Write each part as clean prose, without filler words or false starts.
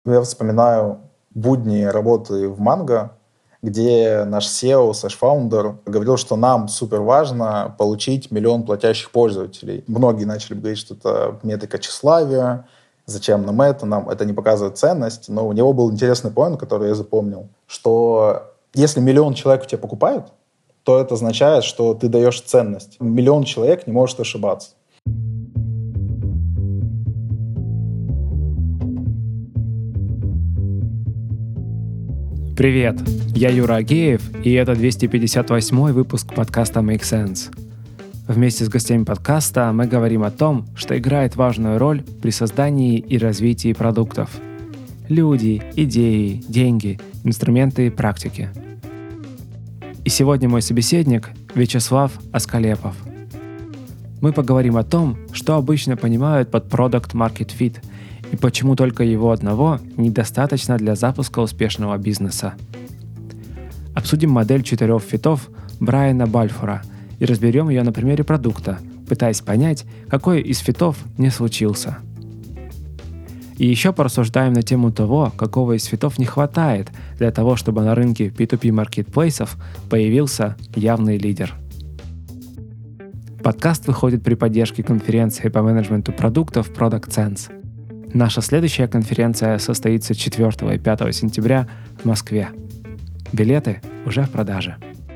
Я вспоминаю будни работы в Манго, где наш SEO/фаундер говорил, что нам супер важно получить 1 000 000 платящих пользователей. Многие начали говорить, что это метрика тщеславия, зачем нам это не показывает ценность. Но у него был интересный поинт, который я запомнил, что если 1 000 000 человек у тебя покупают, то это означает, что ты даешь ценность. 1 000 000 человек не может ошибаться. Привет, я Юра Агеев, и это 258-й выпуск подкаста Make Sense. Вместе с гостями подкаста мы говорим о том, что играет важную роль при создании и развитии продуктов. Люди, идеи, деньги, инструменты и практики. И сегодня мой собеседник Вячеслав Аскалепов. Мы поговорим о том, что обычно понимают под Product Market Fit и почему только его одного недостаточно для запуска успешного бизнеса. Обсудим модель 4 фитов Брайана Бальфора и разберем ее на примере продукта, пытаясь понять, какой из фитов не случился. И еще порассуждаем на тему того, какого из фитов не хватает для того, чтобы на рынке P2P маркетплейсов появился явный лидер. Подкаст выходит при поддержке конференции по менеджменту продуктов Product Sense. Наша следующая конференция состоится 4 и 5 сентября в Москве. Билеты уже в продаже.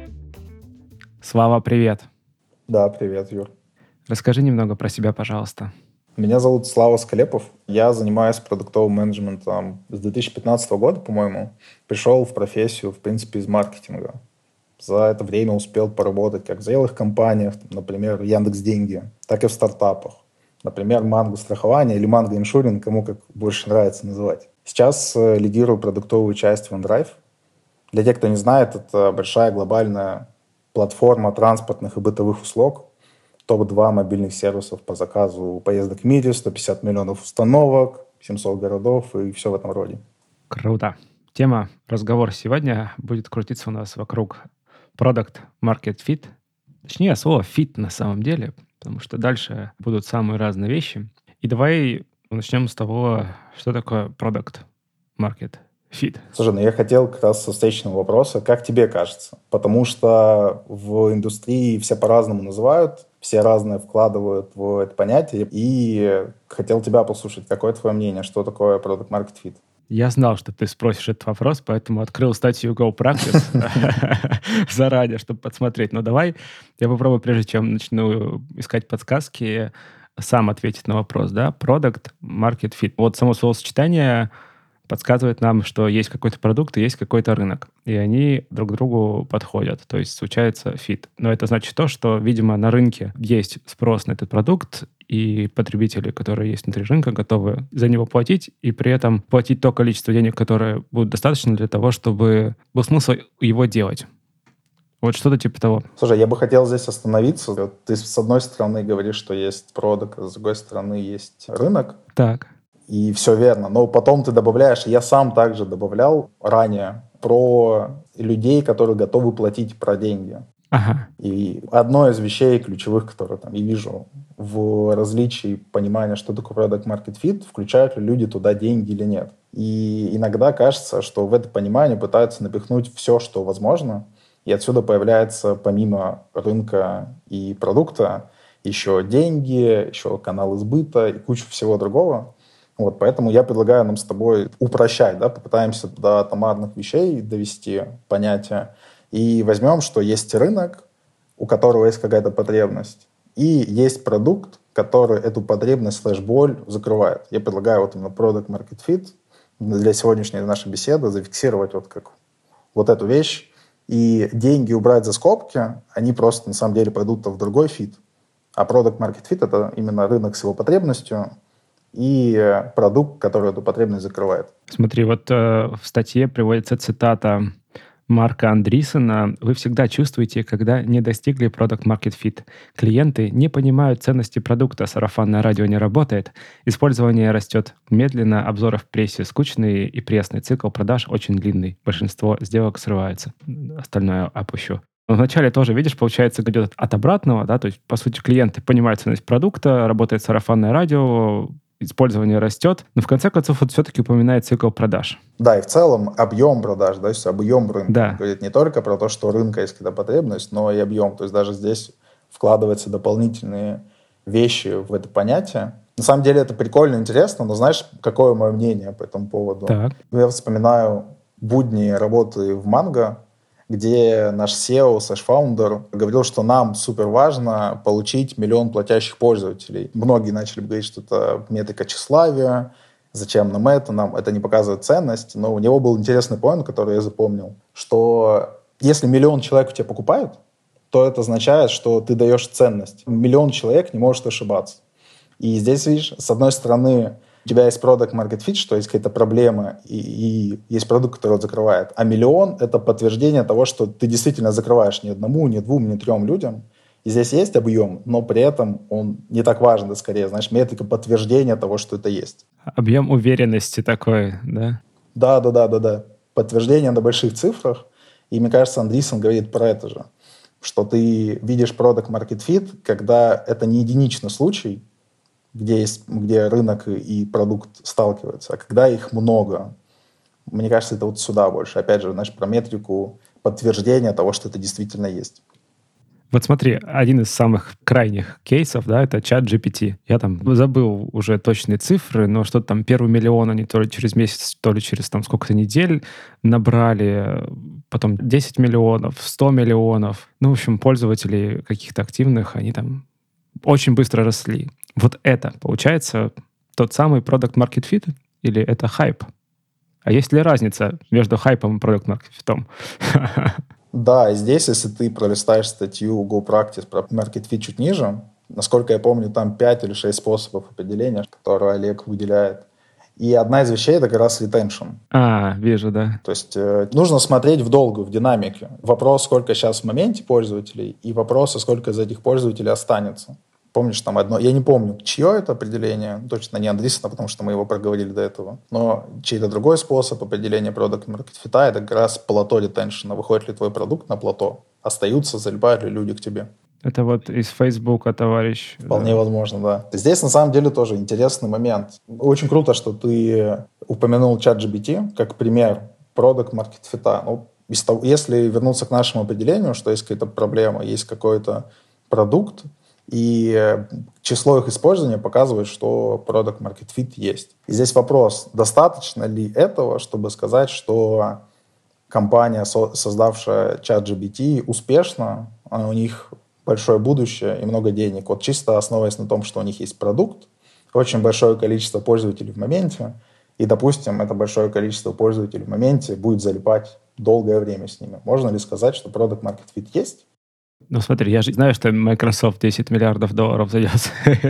Слава, привет. Да, привет, Юр. Расскажи немного про себя, пожалуйста. Меня зовут Слава Аскалепов. Я занимаюсь продуктовым менеджментом с 2015 года, по-моему. Пришел в профессию, в принципе, из маркетинга. За это время успел поработать как в зрелых компаниях, например, Яндекс.Деньги, так и в стартапах. Например, Манго страхование или Манго иншуринг, кому как больше нравится называть. Сейчас лидирую продуктовую часть OneDrive. Для тех, кто не знает, это большая глобальная платформа транспортных и бытовых услуг. Топ-2 мобильных сервисов по заказу поездок в мире, 150 миллионов установок, 700 городов и все в этом роде. Круто. Тема разговора сегодня будет крутиться у нас вокруг Product Market Fit. Точнее, слово fit на самом деле, потому что дальше будут самые разные вещи. И давай начнем с того, что такое Product Market Fit. Слушай, я хотел как раз со встречного вопроса, как тебе кажется? Потому что в индустрии все по-разному называют, все разное вкладывают в это понятие. И хотел тебя послушать, какое твое мнение, что такое Product Market Fit? Я знал, что ты спросишь этот вопрос, поэтому открыл статью Go Practice заранее, чтобы подсмотреть. Но давай я попробую, прежде чем начну искать подсказки, сам ответить на вопрос. Да? Product Market Fit. Вот само словосочетание подсказывает нам, что есть какой-то продукт и есть какой-то рынок. И они друг к другу подходят. То есть случается фит. Но это значит то, что, видимо, на рынке есть спрос на этот продукт, и потребители, которые есть внутри рынка, готовы за него платить, и при этом платить то количество денег, которое будет достаточно для того, чтобы был смысл его делать. Вот что-то типа того. Слушай, я бы хотел здесь остановиться. Ты с одной стороны говоришь, что есть продукт, а с другой стороны есть рынок. Так. И все верно. Но потом ты добавляешь, я сам также добавлял ранее, про людей, которые готовы платить про деньги. Ага. И одно из вещей ключевых, которые там я вижу в различии понимания, что такое Product Market Fit, включают ли люди туда деньги или нет. И иногда кажется, что в это понимание пытаются напихнуть все, что возможно, и отсюда появляется помимо рынка и продукта еще деньги, еще каналы сбыта и куча всего другого. Вот, поэтому я предлагаю нам с тобой упрощать, да, попытаемся до томарных вещей довести понятие. И возьмем, что есть рынок, у которого есть какая-то потребность, и есть продукт, который эту потребность /боль закрывает. Я предлагаю вот именно Product Market Fit для сегодняшней нашей беседы зафиксировать вот как вот эту вещь. И деньги убрать за скобки, они просто на самом деле пойдут в другой фит. А Product Market Fit — это именно рынок с его потребностью и продукт, который эту потребность закрывает. Смотри, вот в статье приводится цитата Марка Андрисена. Вы всегда чувствуете, когда не достигли Product Market Fit. Клиенты не понимают ценности продукта, сарафанное радио не работает, использование растет медленно, обзоры в прессе скучные и пресный, цикл продаж очень длинный. Большинство сделок срывается. Остальное опущу. Но вначале тоже, видишь, получается, идет от обратного, да, то есть, по сути, клиенты понимают ценность продукта, работает сарафанное радио, использование растет, но в конце концов вот все-таки упоминает цикл продаж. Да, и в целом объем продаж, да, то есть объем рынка. Да. Он говорит не только про то, что у рынка есть какая-то потребность, но и объем. То есть даже здесь вкладываются дополнительные вещи в это понятие. На самом деле это прикольно, интересно, но знаешь, какое мое мнение по этому поводу? Так. Я вспоминаю будни работы в Манго, где наш SEO, фаундер говорил, что нам супер важно получить 1 миллион платящих пользователей. Многие начали говорить, что это метрика тщеславия, зачем нам это не показывает ценность. Но у него был интересный поинт, который я запомнил, что если 1 миллион человек у тебя покупают, то это означает, что ты даешь ценность. 1 миллион человек не может ошибаться. И здесь, видишь, с одной стороны, у тебя есть product market fit, что есть какая-то проблема, и есть продукт, который закрывает. А 1 миллион — это подтверждение того, что ты действительно закрываешь ни одному, ни двум, ни трем людям. И здесь есть объем, но при этом он не так важен, да, скорее, знаешь, метрика подтверждения того, что это есть. Объем уверенности такой, да? Да. Подтверждение на больших цифрах. И мне кажется, Андреессен говорит про это же, что ты видишь product market fit, когда это не единичный случай, где рынок и продукт сталкиваются, а когда их много. Мне кажется, это вот сюда больше. Опять же, знаешь, про метрику подтверждения того, что это действительно есть. Вот смотри, один из самых крайних кейсов, да, это ChatGPT. Я там забыл уже точные цифры, но что-то там 1 миллион они то ли через месяц, то ли через там сколько-то недель набрали, потом 10 миллионов, 100 миллионов. Ну, в общем, пользователей каких-то активных, они там очень быстро росли. Вот это, получается, тот самый Product Market Fit или это хайп? А есть ли разница между хайпом и Product Market Fit? Да, и здесь, если ты пролистаешь статью GoPractice про Market Fit чуть ниже, насколько я помню, там 5 или 6 способов определения, которые Олег выделяет. И одна из вещей — это как раз retention. Вижу, да. То есть нужно смотреть в долгую, в динамике. Вопрос, сколько сейчас в моменте пользователей, и вопрос, сколько из этих пользователей останется. Помнишь, там одно... Я не помню, чье это определение, точно не Андреессена, потому что мы его проговорили до этого. Но чей-то другой способ определения product market fit — это как раз плато ретеншена. Выходит ли твой продукт на плато? Остаются, залипают ли люди к тебе? Это вот из Фейсбука, товарищ. Вполне возможно, да. Здесь на самом деле тоже интересный момент. Очень круто, что ты упомянул ChatGPT как пример product market fit. Ну, если вернуться к нашему определению, что есть какая-то проблема, есть какой-то продукт, и число их использования показывает, что product market fit есть. И здесь вопрос, достаточно ли этого, чтобы сказать, что компания, создавшая ChatGPT, успешна, у них большое будущее и много денег. Вот чисто основываясь на том, что у них есть продукт, очень большое количество пользователей в моменте, и, допустим, это большое количество пользователей в моменте будет залипать долгое время с ними. Можно ли сказать, что product market fit есть? Ну смотри, я же знаю, что Microsoft 10 миллиардов долларов зайдет.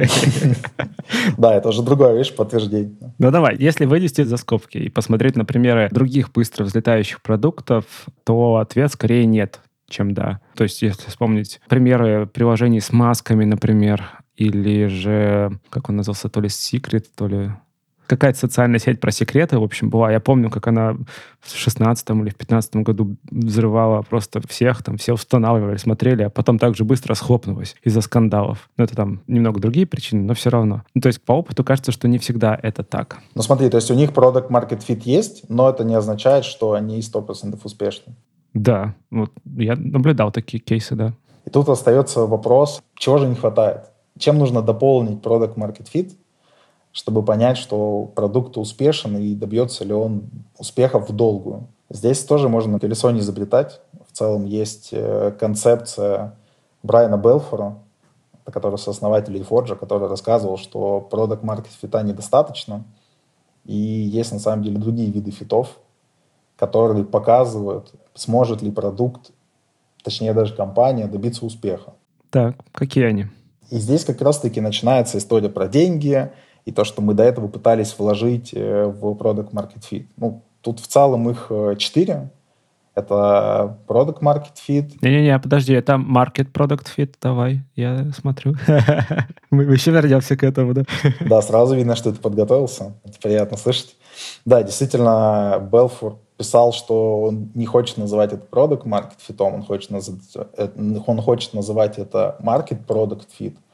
Да, это уже другое, видишь, подтверждение. Ну давай, если вынести за скобки и посмотреть на примеры других быстро взлетающих продуктов, то ответ скорее нет, чем да. То есть если вспомнить примеры приложений с масками, например, или же, как он назывался, то ли Secret, то ли... Какая-то социальная сеть про секреты, в общем, была. Я помню, как она в 16-м или в 15-м году взрывала просто всех, там все устанавливали, смотрели, а потом так же быстро схлопнулась из-за скандалов. Ну, это там немного другие причины, но все равно. Ну, то есть по опыту кажется, что не всегда это так. Ну, смотри, то есть у них product market fit есть, но это не означает, что они 100% успешны. Да, вот я наблюдал такие кейсы, да. И тут остается вопрос, чего же не хватает? Чем нужно дополнить product market fit, чтобы понять, что продукт успешен и добьется ли он успехов в долгую. Здесь тоже можно колесо не изобретать. В целом есть концепция Брайана Белфора, который сооснователь eForge, который рассказывал, что product market fit недостаточно, и есть на самом деле другие виды фитов, которые показывают, сможет ли продукт, точнее даже компания, добиться успеха. Так, какие они? И здесь как раз-таки начинается история про деньги, и то, что мы до этого пытались вложить в Product Market Fit. Ну, тут в целом их 4. Это Product Market Fit. Не-не-не, подожди, это Market Product Fit, давай, я смотрю. Мы еще вернемся к этому, да? Да, сразу видно, что ты подготовился. Это приятно слышать. Да, действительно, Белфор писал, что он не хочет называть это Product Market Fit, он хочет называть это Market Product Fit.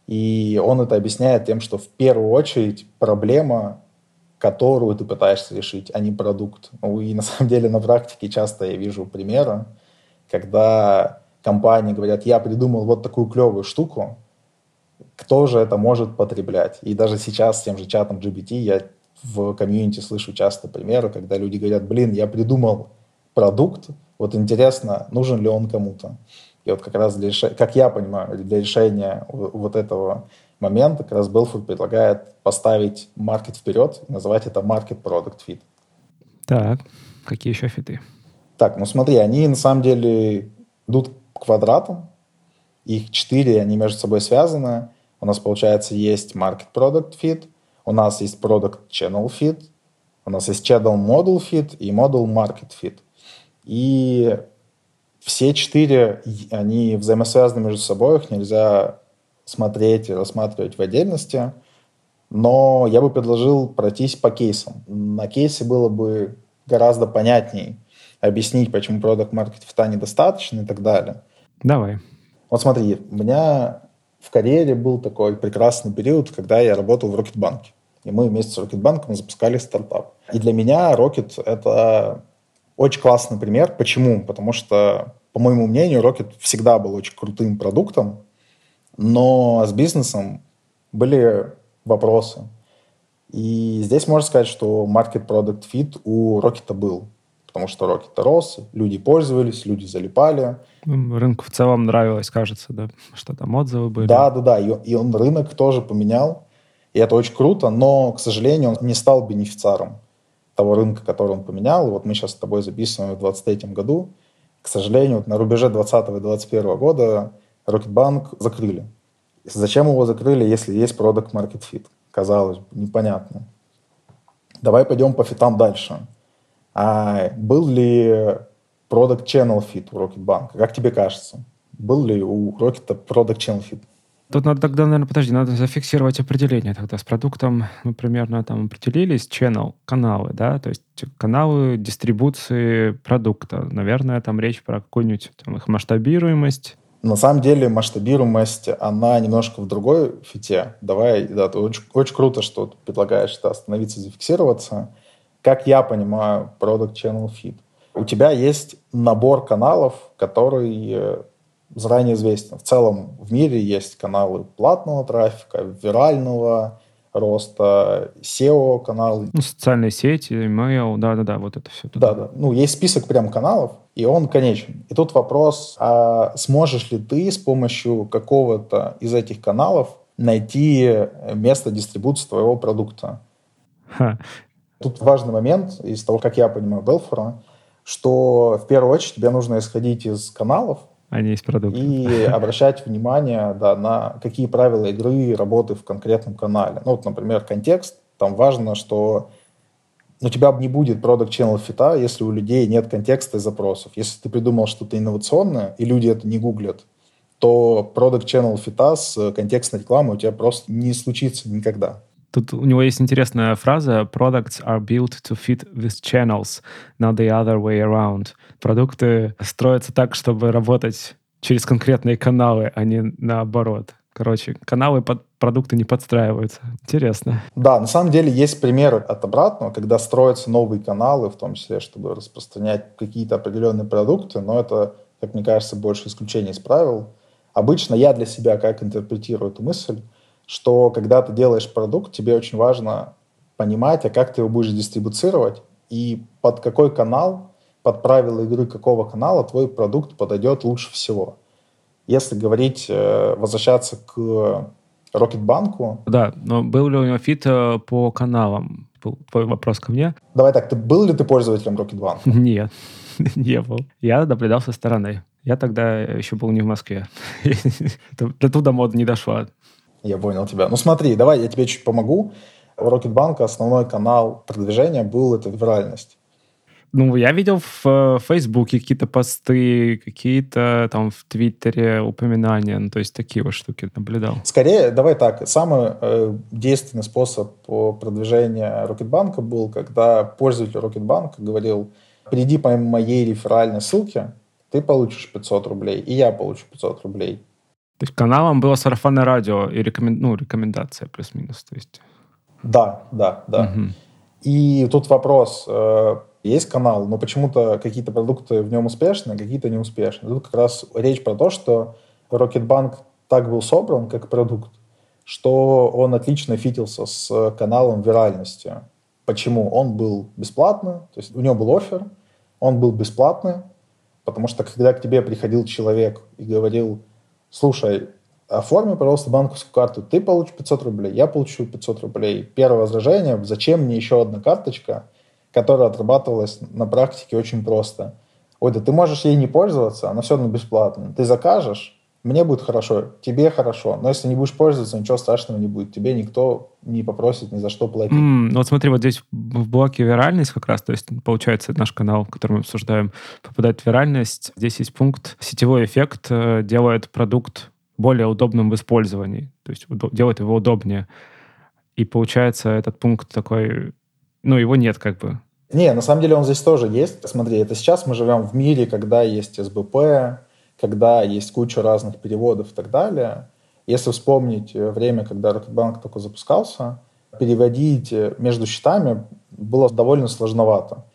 И он это объясняет тем, что в первую очередь проблема, которую ты пытаешься решить, а не продукт. Ну, и на самом деле на практике часто я вижу примеры, когда компании говорят, я придумал вот такую клевую штуку, кто же это может потреблять? И даже сейчас с тем же чатом GPT я в комьюнити слышу часто примеры, когда люди говорят, блин, я придумал продукт, вот интересно, нужен ли он кому-то. И вот как раз как я понимаю, для решения вот этого момента как раз Belfor предлагает поставить маркет вперед и называть это Market Product Fit. Так, какие еще фиты? Так, ну смотри, они на самом деле идут квадратом, их 4, они между собой связаны. У нас, получается, есть Market Product Fit, у нас есть Product Channel Fit, у нас есть Channel Model Fit и Model Market Fit. И все 4, они взаимосвязаны между собой, их нельзя смотреть и рассматривать в отдельности, но я бы предложил пройтись по кейсам. На кейсе было бы гораздо понятней объяснить, почему Product Market Fit недостаточно и так далее. Давай. Вот смотри, у меня в карьере был такой прекрасный период, когда я работал в Рокетбанке. И мы вместе с Рокетбанком запускали стартап. И для меня Рокет — это очень классный пример. Почему? Потому что, по моему мнению, Рокет всегда был очень крутым продуктом, но с бизнесом были вопросы. И здесь можно сказать, что Market Product Fit у Рокета был. Потому что Рокет рос, люди пользовались, люди залипали. Рынку в целом нравилось, кажется, да, что там отзывы были. Да, и он рынок тоже поменял, и это очень круто, но, к сожалению, он не стал бенефициаром того рынка, который он поменял. И вот мы сейчас с тобой записываем в 2023 году. К сожалению, вот на рубеже 2020 и 2021 года Рокетбанк закрыли. Зачем его закрыли, если есть Product Market Fit? Казалось бы, непонятно. Давай пойдем по фитам дальше. А был ли Product Channel Fit у Рокетбанка? Как тебе кажется? Был ли у Рокета Product Channel Fit? Тут надо тогда, наверное, надо зафиксировать определение тогда. С продуктом мы примерно там определились. Channel, каналы, да, то есть каналы дистрибуции продукта. Наверное, там речь про какую-нибудь там, их масштабируемость. На самом деле масштабируемость, она немножко в другой фите. Давай, да, это очень, очень круто, что ты предлагаешь это остановиться, зафиксироваться. Как я понимаю Product Channel Fit? У тебя есть набор каналов, который заранее известен. В целом в мире есть каналы платного трафика, вирального роста, SEO-каналы. Ну, социальные сети, email, да-да-да, вот это все. Да. Ну, есть список прям каналов, и он конечен. И тут вопрос, а сможешь ли ты с помощью какого-то из этих каналов найти место дистрибуции твоего продукта? Тут важный момент из того, как я понимаю Belfor, что в первую очередь тебе нужно исходить из каналов, а не из продукта. И обращать внимание на какие правила игры работы в конкретном канале. Ну, вот, например, контекст. Там важно, что у тебя не будет Product Channel Fit, если у людей нет контекста и запросов. Если ты придумал что-то инновационное, и люди это не гуглят, то Product Channel Fit с контекстной рекламой у тебя просто не случится никогда. Тут у него есть интересная фраза «Products are built to fit with channels, not the other way around». Продукты строятся так, чтобы работать через конкретные каналы, а не наоборот. Короче, каналы под продукты не подстраиваются. Интересно. Да, на самом деле есть примеры от обратного, когда строятся новые каналы, в том числе, чтобы распространять какие-то определенные продукты, но это, как мне кажется, больше исключение из правил. Обычно я для себя как интерпретирую эту мысль, что когда ты делаешь продукт, тебе очень важно понимать, а как ты его будешь дистрибуцировать и под какой канал, под правила игры какого канала твой продукт подойдет лучше всего. Если говорить, возвращаться к Рокетбанку... Да, но был ли у него фит по каналам? Был твой вопрос ко мне. Давай так, был ли ты пользователем Рокетбанка? Нет, не был. Я наблюдал со стороны. Я тогда еще был не в Москве. До туда мода не дошла. Я понял тебя. Ну смотри, давай я тебе чуть помогу. У Рокетбанка основной канал продвижения был это виральность. Ну, я видел в Фейсбуке какие-то посты, какие-то там в Твиттере упоминания, ну, то есть такие вот штуки наблюдал. Скорее, давай так, самый действенный способ продвижения Рокетбанка был, когда пользователь Рокетбанка говорил: приди по моей реферальной ссылке, ты получишь 500 рублей, и я получу 500 рублей. То есть каналом было сарафанное радио и рекомендация плюс-минус. То есть. Да, да, да. Мгм. И тут вопрос. Есть канал, но почему-то какие-то продукты в нем успешны, какие-то не успешны. Тут как раз речь про то, что Рокетбанк так был собран, как продукт, что он отлично фитился с каналом виральности. Почему? Он был бесплатный, то есть у него был оффер, он был бесплатный, потому что когда к тебе приходил человек и говорил: слушай, оформи, пожалуйста, банковскую карту, ты получишь 500 рублей, я получу 500 рублей. Первое возражение: зачем мне еще одна карточка, которая отрабатывалась на практике очень просто. Ой, да ты можешь ей не пользоваться, она все равно бесплатная. Ты закажешь, мне будет хорошо, тебе хорошо, но если не будешь пользоваться, ничего страшного не будет. Тебе никто не попросит ни за что платить. Ну вот смотри, вот здесь в блоке виральность как раз, то есть получается наш канал, который мы обсуждаем, попадает в виральность. Здесь есть пункт «Сетевой эффект делает продукт более удобным в использовании», то есть делает его удобнее. И получается этот пункт такой, его нет как бы. Не, на самом деле он здесь тоже есть. Смотри, это сейчас мы живем в мире, когда есть СБП, когда есть куча разных переводов и так далее. Если вспомнить время, когда Рокетбанк только запускался, переводить между счетами было довольно сложновато.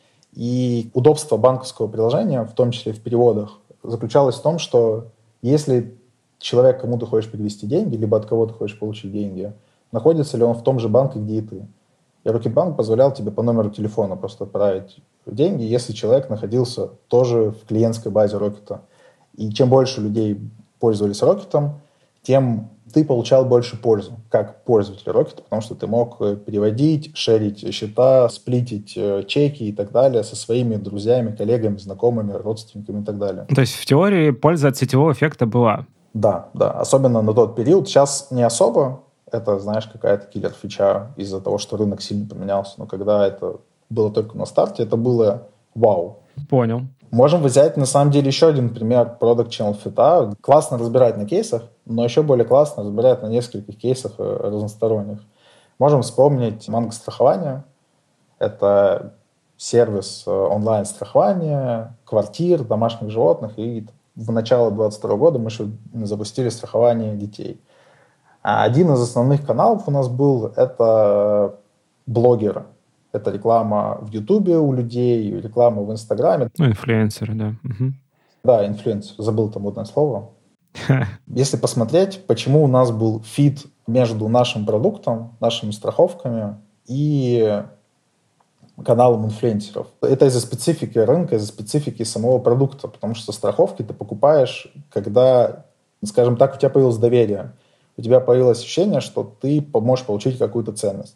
И удобство банковского приложения, в том числе в переводах, заключалось в том, что если человек, кому ты хочешь перевести деньги, либо от кого ты хочешь получить деньги, находится ли он в том же банке, где и ты. И Рокетбанк позволял тебе по номеру телефона просто отправить деньги, если человек находился тоже в клиентской базе Рокета. И чем больше людей пользовались Рокетом, тем ты получал больше пользу, как пользователь Рокета, потому что ты мог переводить, шерить счета, сплитить чеки и так далее со своими друзьями, коллегами, знакомыми, родственниками и так далее. То есть в теории польза от сетевого эффекта была. Да, да, особенно на тот период. Сейчас не особо. Это, знаешь, какая-то киллер-фича из-за того, что рынок сильно поменялся. Но когда это было только на старте, это было вау. Понял. Можем взять, на самом деле, еще один пример Product Channel Fit. Классно разбирать на кейсах, но еще более классно разбирать на нескольких кейсах разносторонних. Можем вспомнить Манго-страхование. Это сервис онлайн-страхования квартир, домашних животных. И в начале 2022 года мы еще запустили страхование детей. А один из основных каналов у нас был — это блогеры. Это реклама в Ютубе у людей, реклама в Инстаграме. Инфлюенсеры, да. Угу. Да, инфлюенсер. Забыл там одно слово. Если посмотреть, почему у нас был фит между нашим продуктом, нашими страховками и каналом инфлюенсеров. Это из-за специфики рынка, из-за специфики самого продукта, потому что страховки ты покупаешь, когда, скажем так, у тебя появилось доверие, у тебя появилось ощущение, что ты можешь получить какую-то ценность.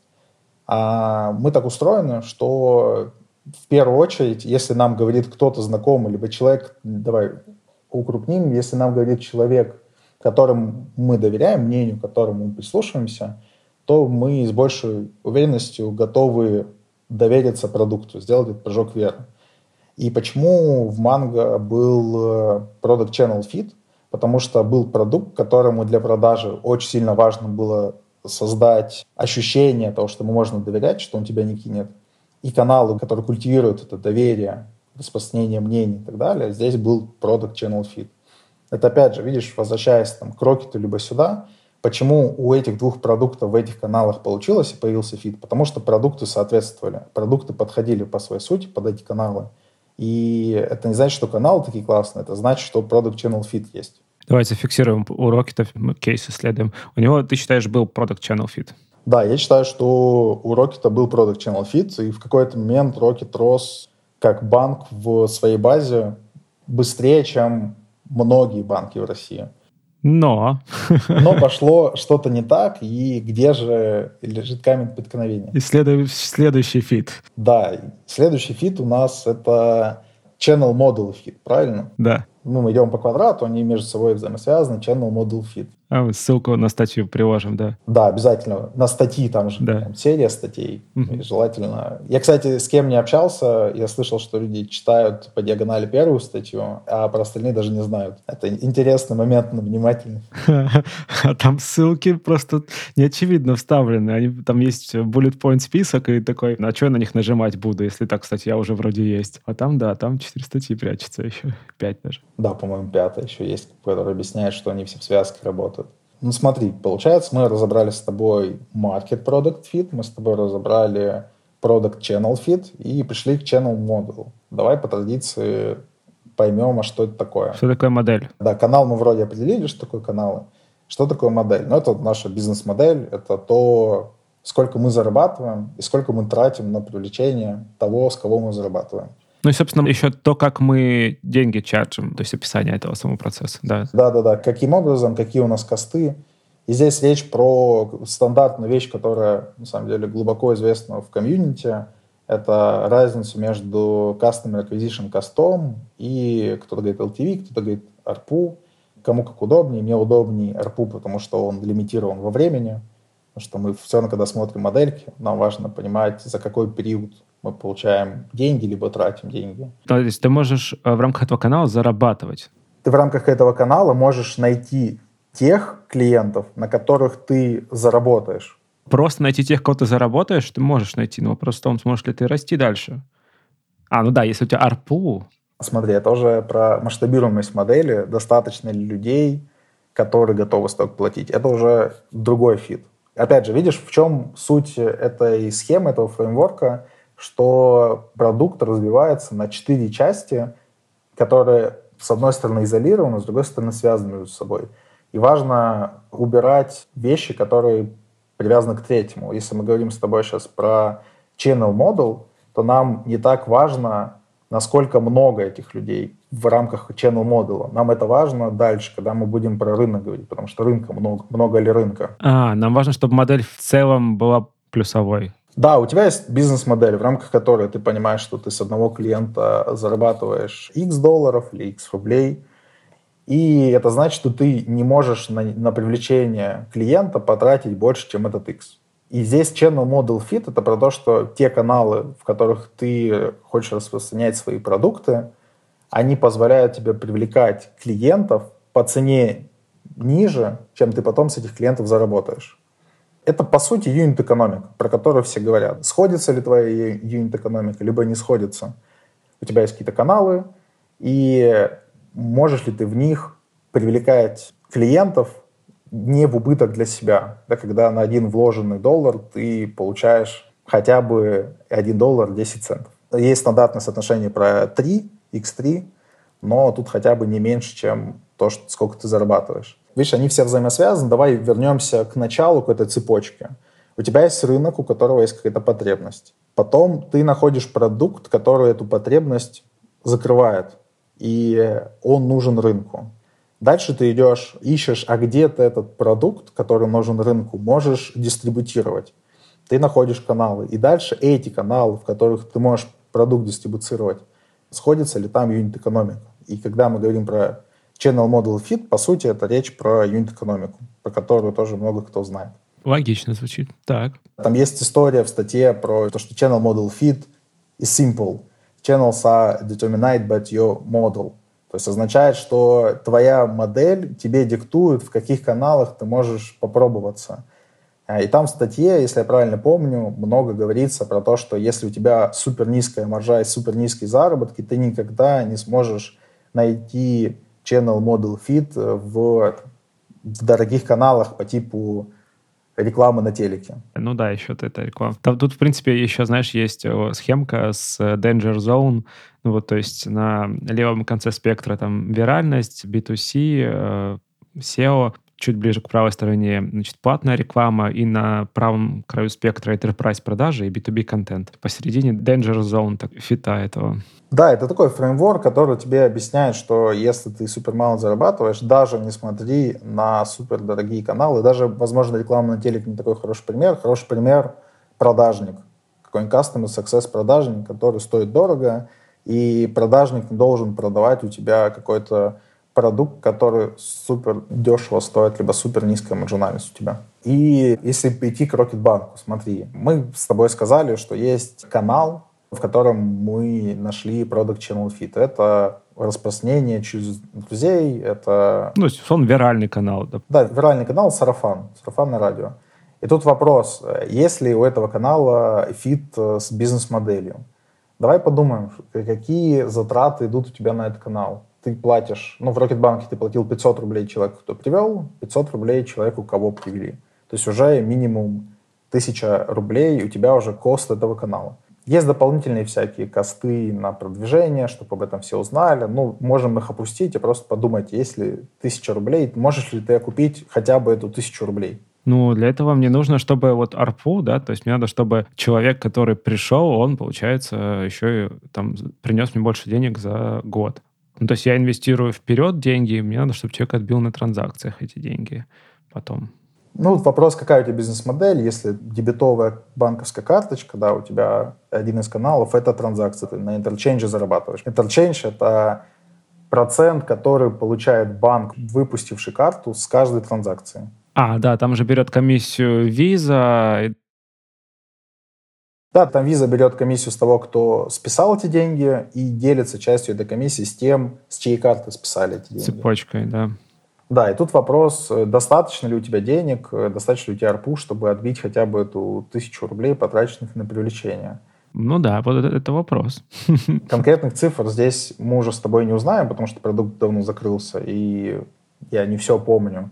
А мы так устроены, что в первую очередь, если нам говорит кто-то знакомый, либо человек, давай укрупним, если нам говорит человек, которому мы доверяем, мнению которому мы прислушиваемся, то мы с большей уверенностью готовы довериться продукту, сделать этот прыжок веры. И почему в Mango был Product Channel Fit? Потому что был продукт, которому для продажи очень сильно важно было создать ощущение того, что ему можно доверять, что он тебя не кинет. И каналы, которые культивируют это доверие, распространение мнений и так далее, здесь был Product Channel Fit. Это опять же, видишь, возвращаясь к Рокету либо сюда, почему у этих двух продуктов в этих каналах получилось и появился фит? Потому что продукты соответствовали, продукты подходили по своей сути под эти каналы. И это не значит, что каналы такие классные, это значит, что Product Channel Fit есть. Давайте зафиксируем у Рокета, мы кейс исследуем. У него, ты считаешь, был Product Channel Fit? Да, я считаю, что у Рокета был Product Channel Fit, и в какой-то момент Рокет рос как банк в своей базе быстрее, чем многие банки в России. Но пошло что-то не так, и где же лежит камень преткновения? И следующий фит. Да, следующий фит у нас это Channel Model Fit, правильно? Да. Мы идем по квадрату, они между собой взаимосвязаны, Channel Model Fit. Мы ссылку на статью приложим, да. Да, обязательно. На статьи там же, Да. там серия статей, желательно. Я, кстати, с кем не общался, я слышал, что люди читают по диагонали первую статью, а про остальные даже не знают. Это интересный момент, но внимательный. А там ссылки просто неочевидно вставлены. Там есть bullet point список и такой, на что я на них нажимать буду, если так, кстати, я уже вроде есть. А там, да, там 4 статьи прячется еще, 5 даже. Да, по-моему, 5 еще есть, который объясняет, что они все в связке работают. Ну, смотри, получается, мы разобрали с тобой Market Product Fit, мы с тобой разобрали Product Channel Fit и пришли к Channel Model. Давай по традиции поймем, а что это такое. Что такое модель? Да, канал мы вроде определили, что такое каналы. Что такое модель? Ну, это наша бизнес-модель, это то, сколько мы зарабатываем и сколько мы тратим на привлечение того, с кого мы зарабатываем. Ну и, собственно, еще то, как мы деньги чарджим, то есть описание этого самого процесса. Да. Да. Каким образом, какие у нас косты. И здесь речь про стандартную вещь, которая, на самом деле, глубоко известна в комьюнити. Это разницу между Customer Acquisition костом и кто-то говорит LTV, кто-то говорит ARPU. Кому как удобнее. Мне удобнее ARPU, потому что он лимитирован во времени. Потому что мы все равно, когда смотрим модельки, нам важно понимать, за какой период мы получаем деньги, либо тратим деньги. То есть ты можешь в рамках этого канала зарабатывать. Ты в рамках этого канала можешь найти тех клиентов, на которых ты заработаешь. Просто найти тех, кого ты заработаешь, ты можешь найти, но вопрос в том, сможешь ли ты расти дальше. Ну да, если у тебя ARPU. Смотри, это уже про масштабируемость модели, достаточно ли людей, которые готовы столько платить. Это уже другой фит. Опять же, видишь, в чем суть этой схемы, этого фреймворка, что продукт развивается на 4 части, которые, с одной стороны, изолированы, с другой стороны, связаны между собой. И важно убирать вещи, которые привязаны к третьему. Если мы говорим с тобой сейчас про channel model, то нам не так важно, насколько много этих людей в рамках channel model. Нам это важно дальше, когда мы будем про рынок говорить, потому что рынка много ли рынка. Нам важно, чтобы модель в целом была плюсовой. Да, у тебя есть бизнес-модель, в рамках которой ты понимаешь, что ты с одного клиента зарабатываешь X долларов или X рублей, и это значит, что ты не можешь на привлечение клиента потратить больше, чем этот X. И здесь Channel Model Fit — это про то, что те каналы, в которых ты хочешь распространять свои продукты, они позволяют тебе привлекать клиентов по цене ниже, чем ты потом с этих клиентов заработаешь. Это, по сути, юнит-экономика, про которую все говорят. Сходится ли твоя юнит-экономика, либо не сходится. У тебя есть какие-то каналы, и можешь ли ты в них привлекать клиентов не в убыток для себя, да, когда на один вложенный доллар ты получаешь хотя бы $1 10 центов. Есть стандартное соотношение про 3, x3, но тут хотя бы не меньше, чем то, сколько ты зарабатываешь. Видишь, они все взаимосвязаны. Давай вернемся к началу, к этой цепочке. У тебя есть рынок, у которого есть какая-то потребность. Потом ты находишь продукт, который эту потребность закрывает, и он нужен рынку. Дальше ты идешь, ищешь, а где ты этот продукт, который нужен рынку, можешь дистрибутировать. Ты находишь каналы. И дальше эти каналы, в которых ты можешь продукт дистрибуцировать, сходится ли там юнит-экономика. И когда мы говорим про Channel Model Fit, по сути, это речь про юнит-экономику, про которую тоже много кто знает. Логично звучит. Так. Там есть история в статье про то, что Channel Model Fit is simple. Channels are determined by your model. То есть означает, что твоя модель тебе диктует, в каких каналах ты можешь попробоваться. И там в статье, если я правильно помню, много говорится про то, что если у тебя супер низкая маржа и супер низкие заработки, ты никогда не сможешь найти Channel Model Fit в дорогих каналах по типу рекламы на телеке. Ну да, еще это реклама. Тут, в принципе, еще, знаешь, есть схемка с Danger Zone. Ну вот, то есть на левом конце спектра там виральность, B2C, SEO, чуть ближе к правой стороне, значит, платная реклама, и на правом краю спектра enterprise продажи и B2B контент. Посередине Danger Zone, так, фита этого. Да, это такой фреймворк, который тебе объясняет, что если ты супер мало зарабатываешь, даже не смотри на супер дорогие каналы, даже, возможно, реклама на телеке не такой хороший пример. Хороший пример — продажник. Какой-нибудь Customer Success продажник, который стоит дорого, и продажник должен продавать у тебя какой-то продукт, который супер дешево стоит, либо супер низкая маржинальность у тебя. И если идти к Рокетбанку, смотри, мы с тобой сказали, что есть канал, в котором мы нашли Product Channel Fit. Это распространение через друзей, это... Ну, он виральный канал. Да, да, виральный канал — сарафанное радио. И тут вопрос, есть ли у этого канала фит с бизнес-моделью? Давай подумаем, какие затраты идут у тебя на этот канал. ты платишь, в Рокетбанке ты платил 500 рублей человеку, кто привел, 500 рублей человеку, кого привели. То есть уже минимум 1000 рублей у тебя уже кост этого канала. Есть дополнительные всякие косты на продвижение, чтобы об этом все узнали. Можем их опустить и просто подумать, если 1000 рублей, можешь ли ты окупить хотя бы эту 1000 рублей? Для этого мне нужно, чтобы вот ARPU, да, то есть мне надо, чтобы человек, который пришел, он, получается, еще и там принес мне больше денег за год. То есть я инвестирую вперед деньги, мне надо, чтобы человек отбил на транзакциях эти деньги потом. Вопрос, какая у тебя бизнес-модель. Если дебетовая банковская карточка, да, у тебя один из каналов — это транзакция, ты на интерчейнже зарабатываешь. Интерчейндж — это процент, который получает банк, выпустивший карту, с каждой транзакции. Да, там же берет комиссию Visa. Да, там Visa берет комиссию с того, кто списал эти деньги, и делится частью этой комиссии с тем, с чьей карты списали эти деньги. Цепочкой, да. Да, и тут вопрос, достаточно ли у тебя денег, достаточно ли у тебя ARPU, чтобы отбить хотя бы эту 1000 рублей, потраченных на привлечение. Да, вот это вопрос. Конкретных цифр здесь мы уже с тобой не узнаем, потому что продукт давно закрылся, и я не все помню.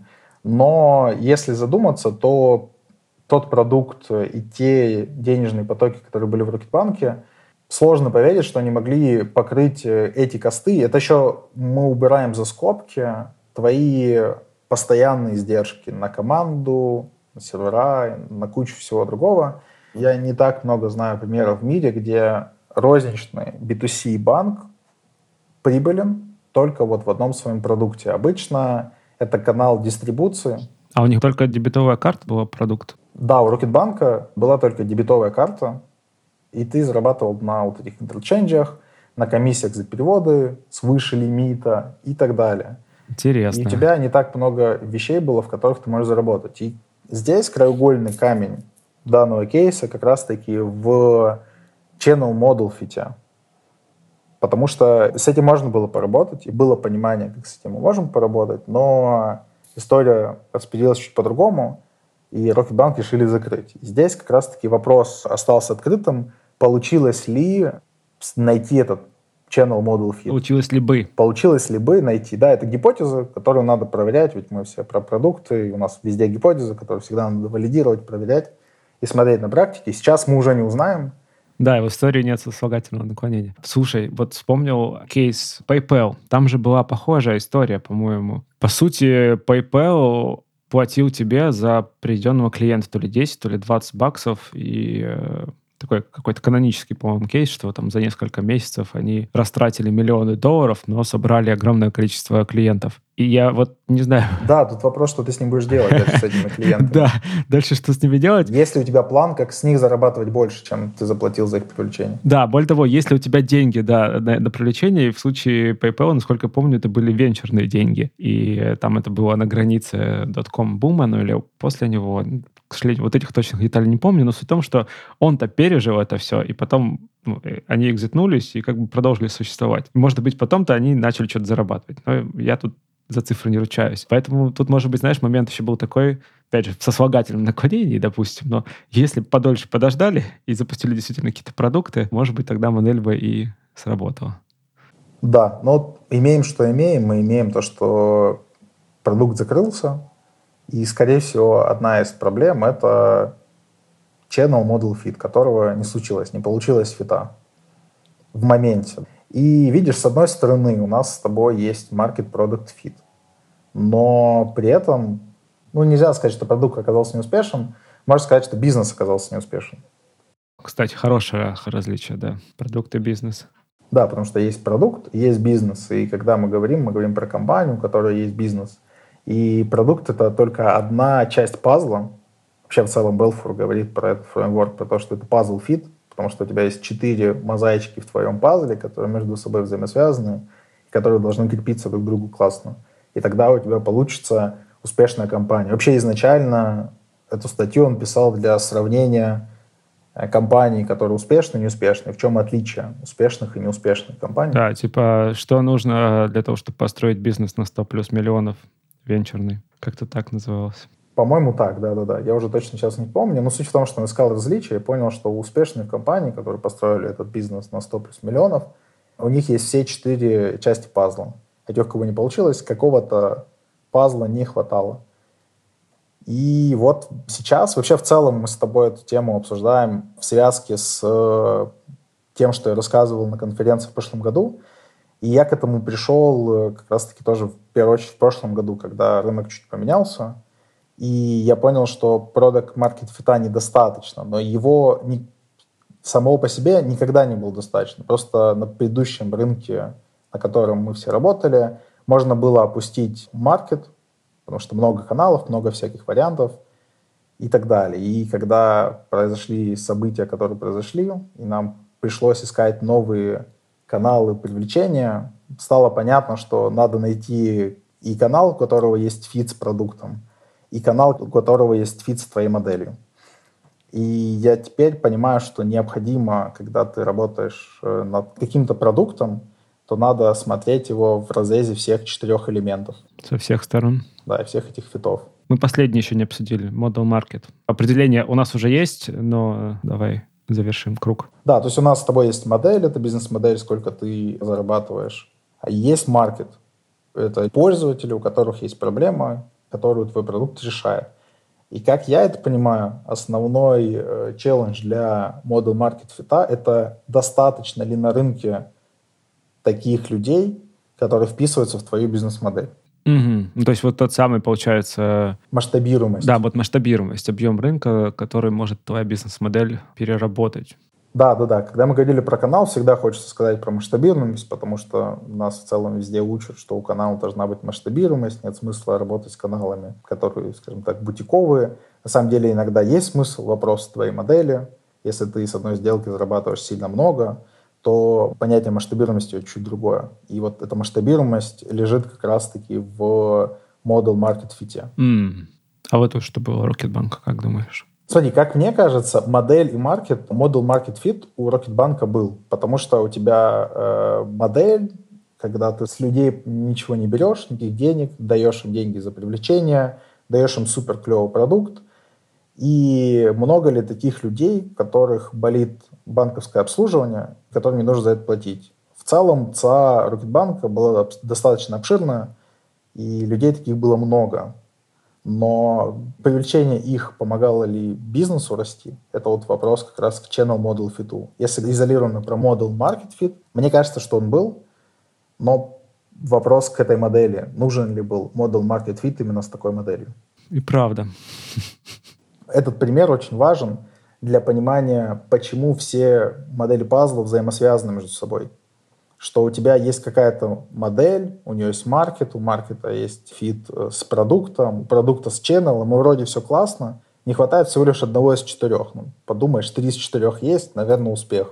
Но если задуматься, то тот продукт и те денежные потоки, которые были в Рокетбанке, сложно поверить, что они могли покрыть эти косты. Это еще мы убираем за скобки твои постоянные издержки на команду, на сервера, на кучу всего другого. Я не так много знаю примеров в мире, где розничный B2C банк прибылен только вот в одном своем продукте. Обычно это канал дистрибуции. А у них только дебетовая карта была продукт? Да, у Рокетбанка была только дебетовая карта, и ты зарабатывал на вот этих интерчейнджах, на комиссиях за переводы, свыше лимита и так далее. Интересно. И у тебя не так много вещей было, в которых ты можешь заработать. И здесь краеугольный камень данного кейса как раз-таки в channel model fit. Потому что с этим можно было поработать, и было понимание, как с этим мы можем поработать, но история распределилась чуть по-другому, и Рокетбанк решили закрыть. И здесь как раз-таки вопрос остался открытым, получилось ли найти этот channel model fit. Получилось ли бы найти. Да, это гипотеза, которую надо проверять, ведь мы все про продукты, и у нас везде гипотезы, которые всегда надо валидировать, проверять и смотреть на практике. Сейчас мы уже не узнаем. Да, и в истории нет сослагательного наклонения. Слушай, вот вспомнил кейс PayPal. Там же была похожая история, по-моему. По сути, PayPal платил тебе за приведенного клиента то ли 10, то ли 20 баксов, и такой какой-то канонический, по-моему, кейс, что там за несколько месяцев они растратили миллионы долларов, но собрали огромное количество клиентов. И я вот не знаю... Да, тут вопрос, что ты с ним будешь делать дальше с этими клиентами. Да, дальше что с ними делать? Есть ли у тебя план, как с них зарабатывать больше, чем ты заплатил за их привлечение? Да, более того, если у тебя деньги на привлечение, в случае PayPal, насколько я помню, это были венчурные деньги, и там это было на границе дотком-бума, или после него, к сожалению, вот этих точных деталей не помню, но суть в том, что он-то пережил это все, и потом они экзитнулись и как бы продолжили существовать. Может быть, потом-то они начали что-то зарабатывать, но я тут за цифры не ручаюсь. Поэтому тут, может быть, знаешь, момент еще был такой, опять же, со сослагательным наклонением, допустим, но если подольше подождали и запустили действительно какие-то продукты, может быть, тогда модель бы и сработала. Да, но имеем, что имеем. Мы имеем то, что продукт закрылся, и, скорее всего, одна из проблем — это channel model fit, которого не случилось, не получилось фита в моменте. И видишь, с одной стороны, у нас с тобой есть market product fit, но при этом, нельзя сказать, что продукт оказался неуспешен, можно сказать, что бизнес оказался неуспешен. Кстати, хорошее различие, да, продукт и бизнес. Да, потому что есть продукт, есть бизнес, и когда мы говорим про компанию, у которой есть бизнес, и продукт — это только одна часть пазла. Вообще в целом Belfour говорит про этот фреймворк, про то, что это puzzle fit, потому что у тебя есть 4 мозаички в твоем пазле, которые между собой взаимосвязаны, которые должны крепиться друг к другу классно. И тогда у тебя получится успешная компания. Вообще изначально эту статью он писал для сравнения компаний, которые успешны и неуспешны. В чем отличие успешных и неуспешных компаний? Да, типа, что нужно для того, чтобы построить бизнес на 100 плюс миллионов венчурный? Как-то так называлось. По-моему, так, да. Я уже точно сейчас не помню, но суть в том, что он искал различия и понял, что у успешных компаний, которые построили этот бизнес на 100 плюс миллионов, у них есть все 4 части пазла. а тех, кого не получилось, какого-то пазла не хватало. И вот сейчас вообще в целом мы с тобой эту тему обсуждаем в связке с тем, что я рассказывал на конференции в прошлом году. И я к этому пришел как раз-таки тоже в первую очередь в прошлом году, когда рынок чуть поменялся. И я понял, что product market fit недостаточно, но его самого по себе никогда не было достаточно. Просто на предыдущем рынке, на котором мы все работали, можно было опустить маркет, потому что много каналов, много всяких вариантов и так далее. И когда произошли события, которые произошли, и нам пришлось искать новые каналы привлечения, стало понятно, что надо найти и канал, у которого есть фит с продуктом, и канал, у которого есть фит с твоей моделью. И я теперь понимаю, что необходимо, когда ты работаешь над каким-то продуктом, то надо смотреть его в разрезе всех 4 элементов. Со всех сторон. Да, и всех этих фитов. Мы последний еще не обсудили. Model Market. Определение у нас уже есть, но давай завершим круг. Да, то есть у нас с тобой есть модель, это бизнес-модель, сколько ты зарабатываешь. А есть маркет. Это пользователи, у которых есть проблема, которую твой продукт решает. И как я это понимаю, основной челлендж для Model Market Fit — это достаточно ли на рынке таких людей, которые вписываются в твою бизнес-модель. Угу. Ну, то есть вот тот самый, получается... Масштабируемость. Да, вот масштабируемость, объем рынка, который может твоя бизнес-модель переработать. Да. Когда мы говорили про канал, всегда хочется сказать про масштабируемость, потому что нас в целом везде учат, что у канала должна быть масштабируемость, нет смысла работать с каналами, которые, скажем так, бутиковые. На самом деле иногда есть смысл, вопрос твоей модели. Если ты с одной сделки зарабатываешь сильно много, то понятие масштабируемости чуть другое. И вот эта масштабируемость лежит как раз-таки в Model Market Fit. А вот что было у Рокетбанка, как думаешь? Смотри, как мне кажется, модель и маркет, Model Market Fit у Рокетбанка был, потому что у тебя модель, когда ты с людей ничего не берешь, никаких денег, даешь им деньги за привлечение, даешь им супер клевый продукт, и много ли таких людей, у которых болит банковское обслуживание, которым не нужно за это платить. В целом ЦА Рокетбанка была достаточно обширная, и людей таких было много. Но привлечение их помогало ли бизнесу расти? Это вот вопрос как раз к Channel Model Fit. Если изолированно про Model Market Fit, мне кажется, что он был, но вопрос к этой модели. Нужен ли был Model Market Fit именно с такой моделью? И правда. Этот пример очень важен для понимания, почему все модели пазлов взаимосвязаны между собой. Что у тебя есть какая-то модель, у нее есть маркет, у маркета есть фит с продуктом, у продукта с ченнелом, и вроде все классно, не хватает всего лишь одного из 4. Ну, подумаешь, 3 из 4 есть, наверное, успех.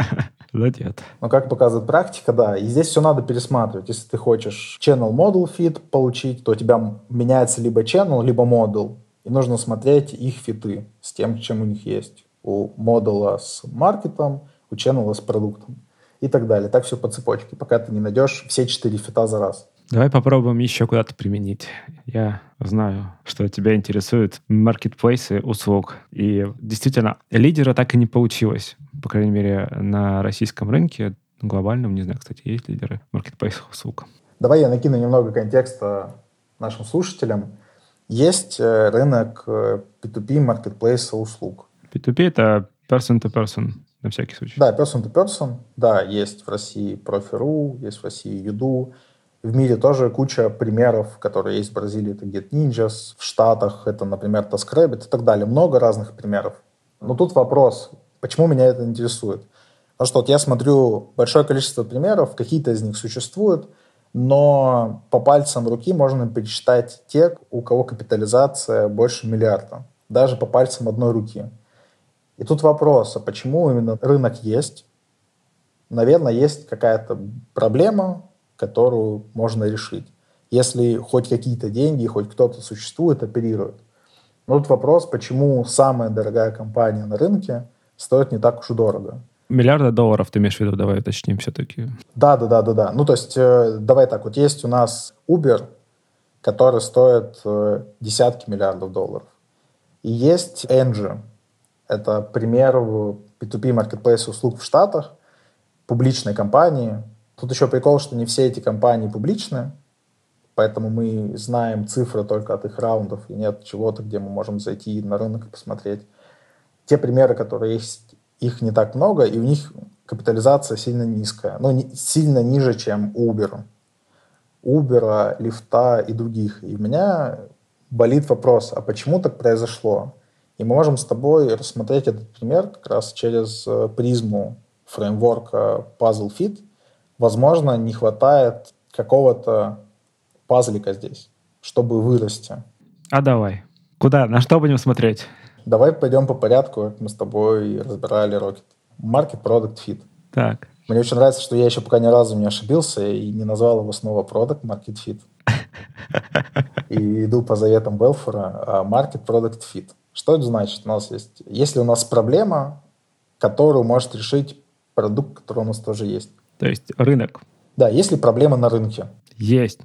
Да нет. Но как показывает практика, да, и здесь все надо пересматривать. Если ты хочешь channel model fit получить, то у тебя меняется либо channel, либо model, и нужно смотреть их фиты с тем, чем у них есть. У модула с маркетом, у channel с продуктом. И так далее. Так все по цепочке, пока ты не найдешь все 4 фита за раз. Давай попробуем еще куда-то применить. Я знаю, что тебя интересуют маркетплейсы услуг. И действительно, лидера так и не получилось. По крайней мере, на российском рынке, глобальном, не знаю, кстати, есть лидеры маркетплейсов услуг. Давай я накину немного контекста нашим слушателям. Есть рынок P2P маркетплейса услуг. P2P — это person to person. На всякий случай. Да, person to person. Да, есть в России Profi.ru, есть в России Юду. В мире тоже куча примеров, которые есть в Бразилии. Это GetNinjas, в Штатах это, например, TaskRabbit и так далее. Много разных примеров. Но тут вопрос, почему меня это интересует? Потому что вот я смотрю большое количество примеров, какие-то из них существуют, но по пальцам руки можно пересчитать те, у кого капитализация больше миллиарда. Даже по пальцам одной руки. И тут вопрос, а почему именно рынок есть? Наверное, есть какая-то проблема, которую можно решить. Если хоть какие-то деньги, хоть кто-то существует, оперирует. Но тут вопрос, почему самая дорогая компания на рынке стоит не так уж и дорого. $1 миллиарда ты имеешь в виду? Давай уточним все-таки. Да. Ну, то есть, давай так, вот есть у нас Uber, который стоит десятки миллиардов долларов. И есть Engie. Это пример P2P маркетплейса услуг в Штатах, публичной компании, Тут еще прикол, что не все эти компании публичные, поэтому мы знаем цифры только от их раундов, и нет чего-то, где мы можем зайти на рынок и посмотреть. Те примеры, которые есть, их не так много, и у них капитализация сильно низкая. Сильно ниже, чем Uber, Lyft и других. И у меня болит вопрос, а почему так произошло? И мы можем с тобой рассмотреть этот пример как раз через призму фреймворка PuzzleFit. Возможно, не хватает какого-то пазлика здесь, чтобы вырасти. А давай. Куда? На что будем смотреть? Давай пойдем по порядку, как мы с тобой разбирали Rocket. Market Product Fit. Так. Мне очень нравится, что я еще пока ни разу не ошибился и не назвал его снова Product Market Fit. И иду по заветам Белфора. Market Product Fit. Что это значит? У нас есть... Если у нас проблема, которую может решить продукт, который у нас тоже есть. То есть рынок. Да, есть ли проблема на рынке? Есть.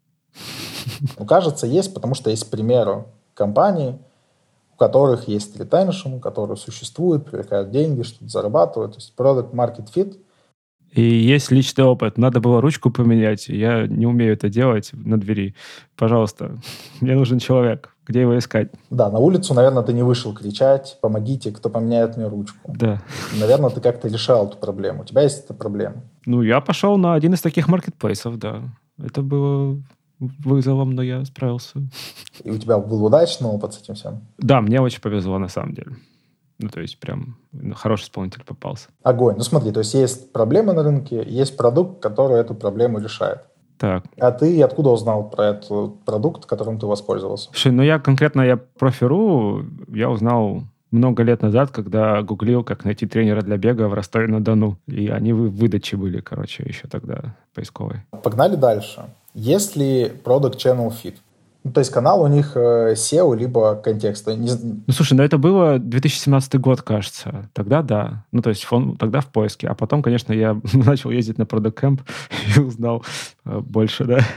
Кажется, есть, потому что есть примеры компаний, у которых есть ретеншн, которые существуют, привлекают деньги, что-то зарабатывают. То есть Product Market Fit. И есть личный опыт. Надо было ручку поменять. Я не умею это делать на двери. Пожалуйста, мне нужен человек. Где его искать? Да, на улицу, наверное, ты не вышел кричать: помогите, кто поменяет мне ручку. Да. Наверное, ты как-то решал эту проблему. У тебя есть эта проблема? Я пошел на один из таких маркетплейсов, да. Это было вызовом, но я справился. И у тебя был удачный опыт с этим всем? Да, мне очень повезло на самом деле. То есть прям хороший исполнитель попался. Огонь. Смотри, то есть проблема на рынке, есть продукт, который эту проблему решает. Так. А ты откуда узнал про этот продукт, которым ты воспользовался? Слушай, я профи.ру я узнал много лет назад, когда гуглил, как найти тренера для бега в Ростове-на-Дону. И они в выдаче были, еще тогда поисковой. Погнали дальше. Есть ли Product Channel Fit? То есть канал у них SEO, либо контекст. Слушай, это было 2017 год, кажется. Тогда да. То есть тогда в поиске. А потом, конечно, я начал ездить на Product Camp и узнал больше, да.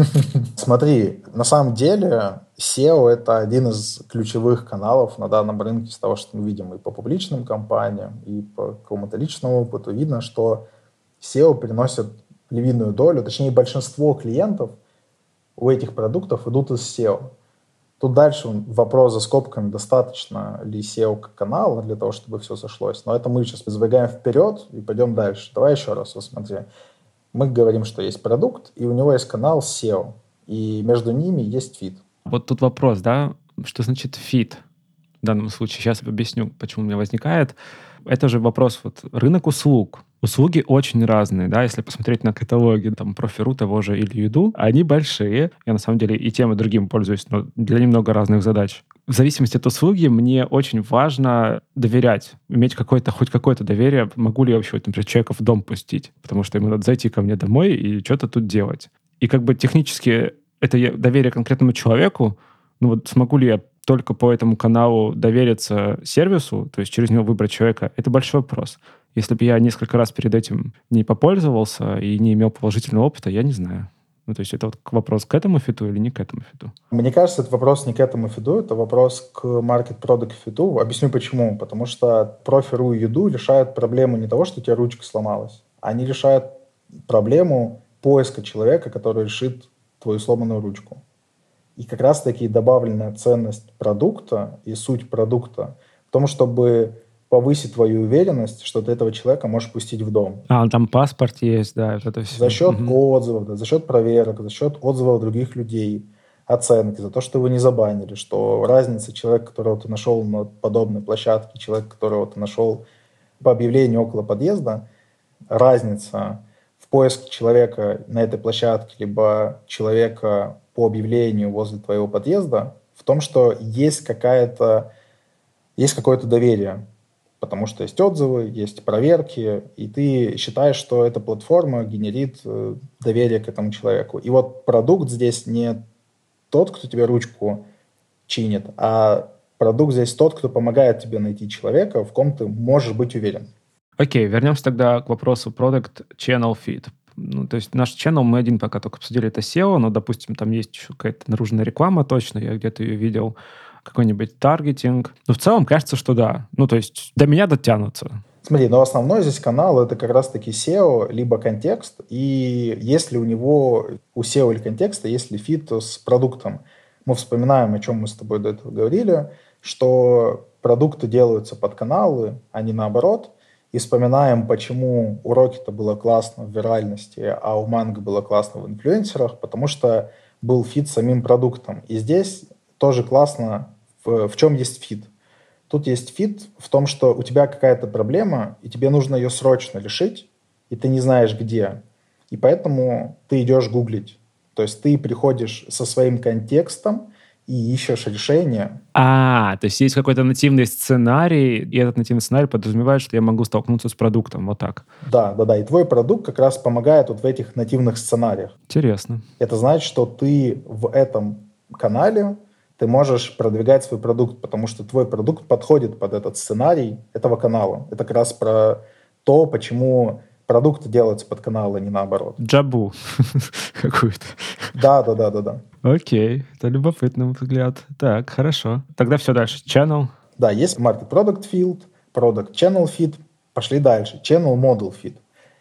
Смотри, на самом деле SEO — это один из ключевых каналов на данном рынке, с того, что мы видим и по публичным компаниям, и по какому-то личному опыту. Видно, что SEO приносит львиную долю, точнее, большинство клиентов у этих продуктов идут из SEO. Тут дальше вопрос за скобками, достаточно ли SEO как канал для того, чтобы все сошлось. Но это мы сейчас забегаем вперед и пойдем дальше. Давай еще раз посмотри. Мы говорим, что есть продукт, и у него есть канал SEO, и между ними есть фит. Вот тут вопрос, да, что значит фит в данном случае? Сейчас объясню, почему у меня возникает. Это же вопрос, рынок услуг. Услуги очень разные, да, если посмотреть на каталоги, профи.ру того же или Юду, они большие. Я, на самом деле, и тем, и другим пользуюсь, но для немного разных задач. В зависимости от услуги мне очень важно доверять, иметь хоть какое-то доверие, могу ли я вообще, например, человека в дом пустить, потому что ему надо зайти ко мне домой и что-то тут делать. И технически это доверие конкретному человеку, смогу ли я только по этому каналу довериться сервису, то есть через него выбрать человека, это большой вопрос. Если бы я несколько раз перед этим не попользовался и не имел положительного опыта, я не знаю. То есть это вопрос к этому фиту или не к этому фиту? Мне кажется, это вопрос не к этому фиту, это вопрос к Market Product фиту. Объясню почему. Потому что профи.ру и Юду решают проблему не того, что у тебя ручка сломалась. Они решают проблему поиска человека, который решит твою сломанную ручку. И как раз-таки добавленная ценность продукта и суть продукта в том, чтобы повысить твою уверенность, что ты этого человека можешь пустить в дом. Там паспорт есть, да, это все. За счет отзывов, да, за счет проверок, за счет отзывов других людей, оценки, за то, что вы не забанили, что разница человека, которого ты нашел на подобной площадке, человек, которого ты нашел по объявлению около подъезда, разница в поиске человека на этой площадке, либо человека по объявлению возле твоего подъезда, в том, что есть какое-то доверие. Потому что есть отзывы, есть проверки, и ты считаешь, что эта платформа генерит доверие к этому человеку. И продукт здесь не тот, кто тебе ручку чинит, а продукт здесь тот, кто помогает тебе найти человека, в ком ты можешь быть уверен. Окей, вернемся тогда к вопросу Product Channel Fit. То есть наш channel мы один пока только обсудили, это SEO, но, допустим, там есть еще какая-то наружная реклама точно, я где-то ее видел, какой-нибудь таргетинг. Но в целом кажется, что да. То есть до меня дотянутся. Смотри, но основной здесь канал — это как раз-таки SEO, либо контекст, и если у SEO или контекста, если фит с продуктом. Мы вспоминаем, о чем мы с тобой до этого говорили, что продукты делаются под каналы, а не наоборот, и вспоминаем, почему у Рокета было классно в виральности, а у Манго было классно в инфлюенсерах, потому что был фит с самим продуктом. И здесь тоже классно, в чем есть фит. Тут есть фит в том, что у тебя какая-то проблема, и тебе нужно ее срочно решить, и ты не знаешь где. И поэтому ты идешь гуглить. То есть ты приходишь со своим контекстом и ищешь решение. То есть какой-то нативный сценарий, и этот нативный сценарий подразумевает, что я могу столкнуться с продуктом, вот так. Да. И твой продукт как раз помогает вот в этих нативных сценариях. Интересно. Это значит, что ты в этом канале ты можешь продвигать свой продукт, потому что твой продукт подходит под этот сценарий этого канала. Это как раз про то, почему продукты делаются под каналы, а не наоборот. Джабу какую-то. Да. Окей, это любопытный взгляд. Так, хорошо. Тогда все дальше. Channel. Да, есть Market Product Field, Product Channel Feed. Пошли дальше. Channel Model Feed.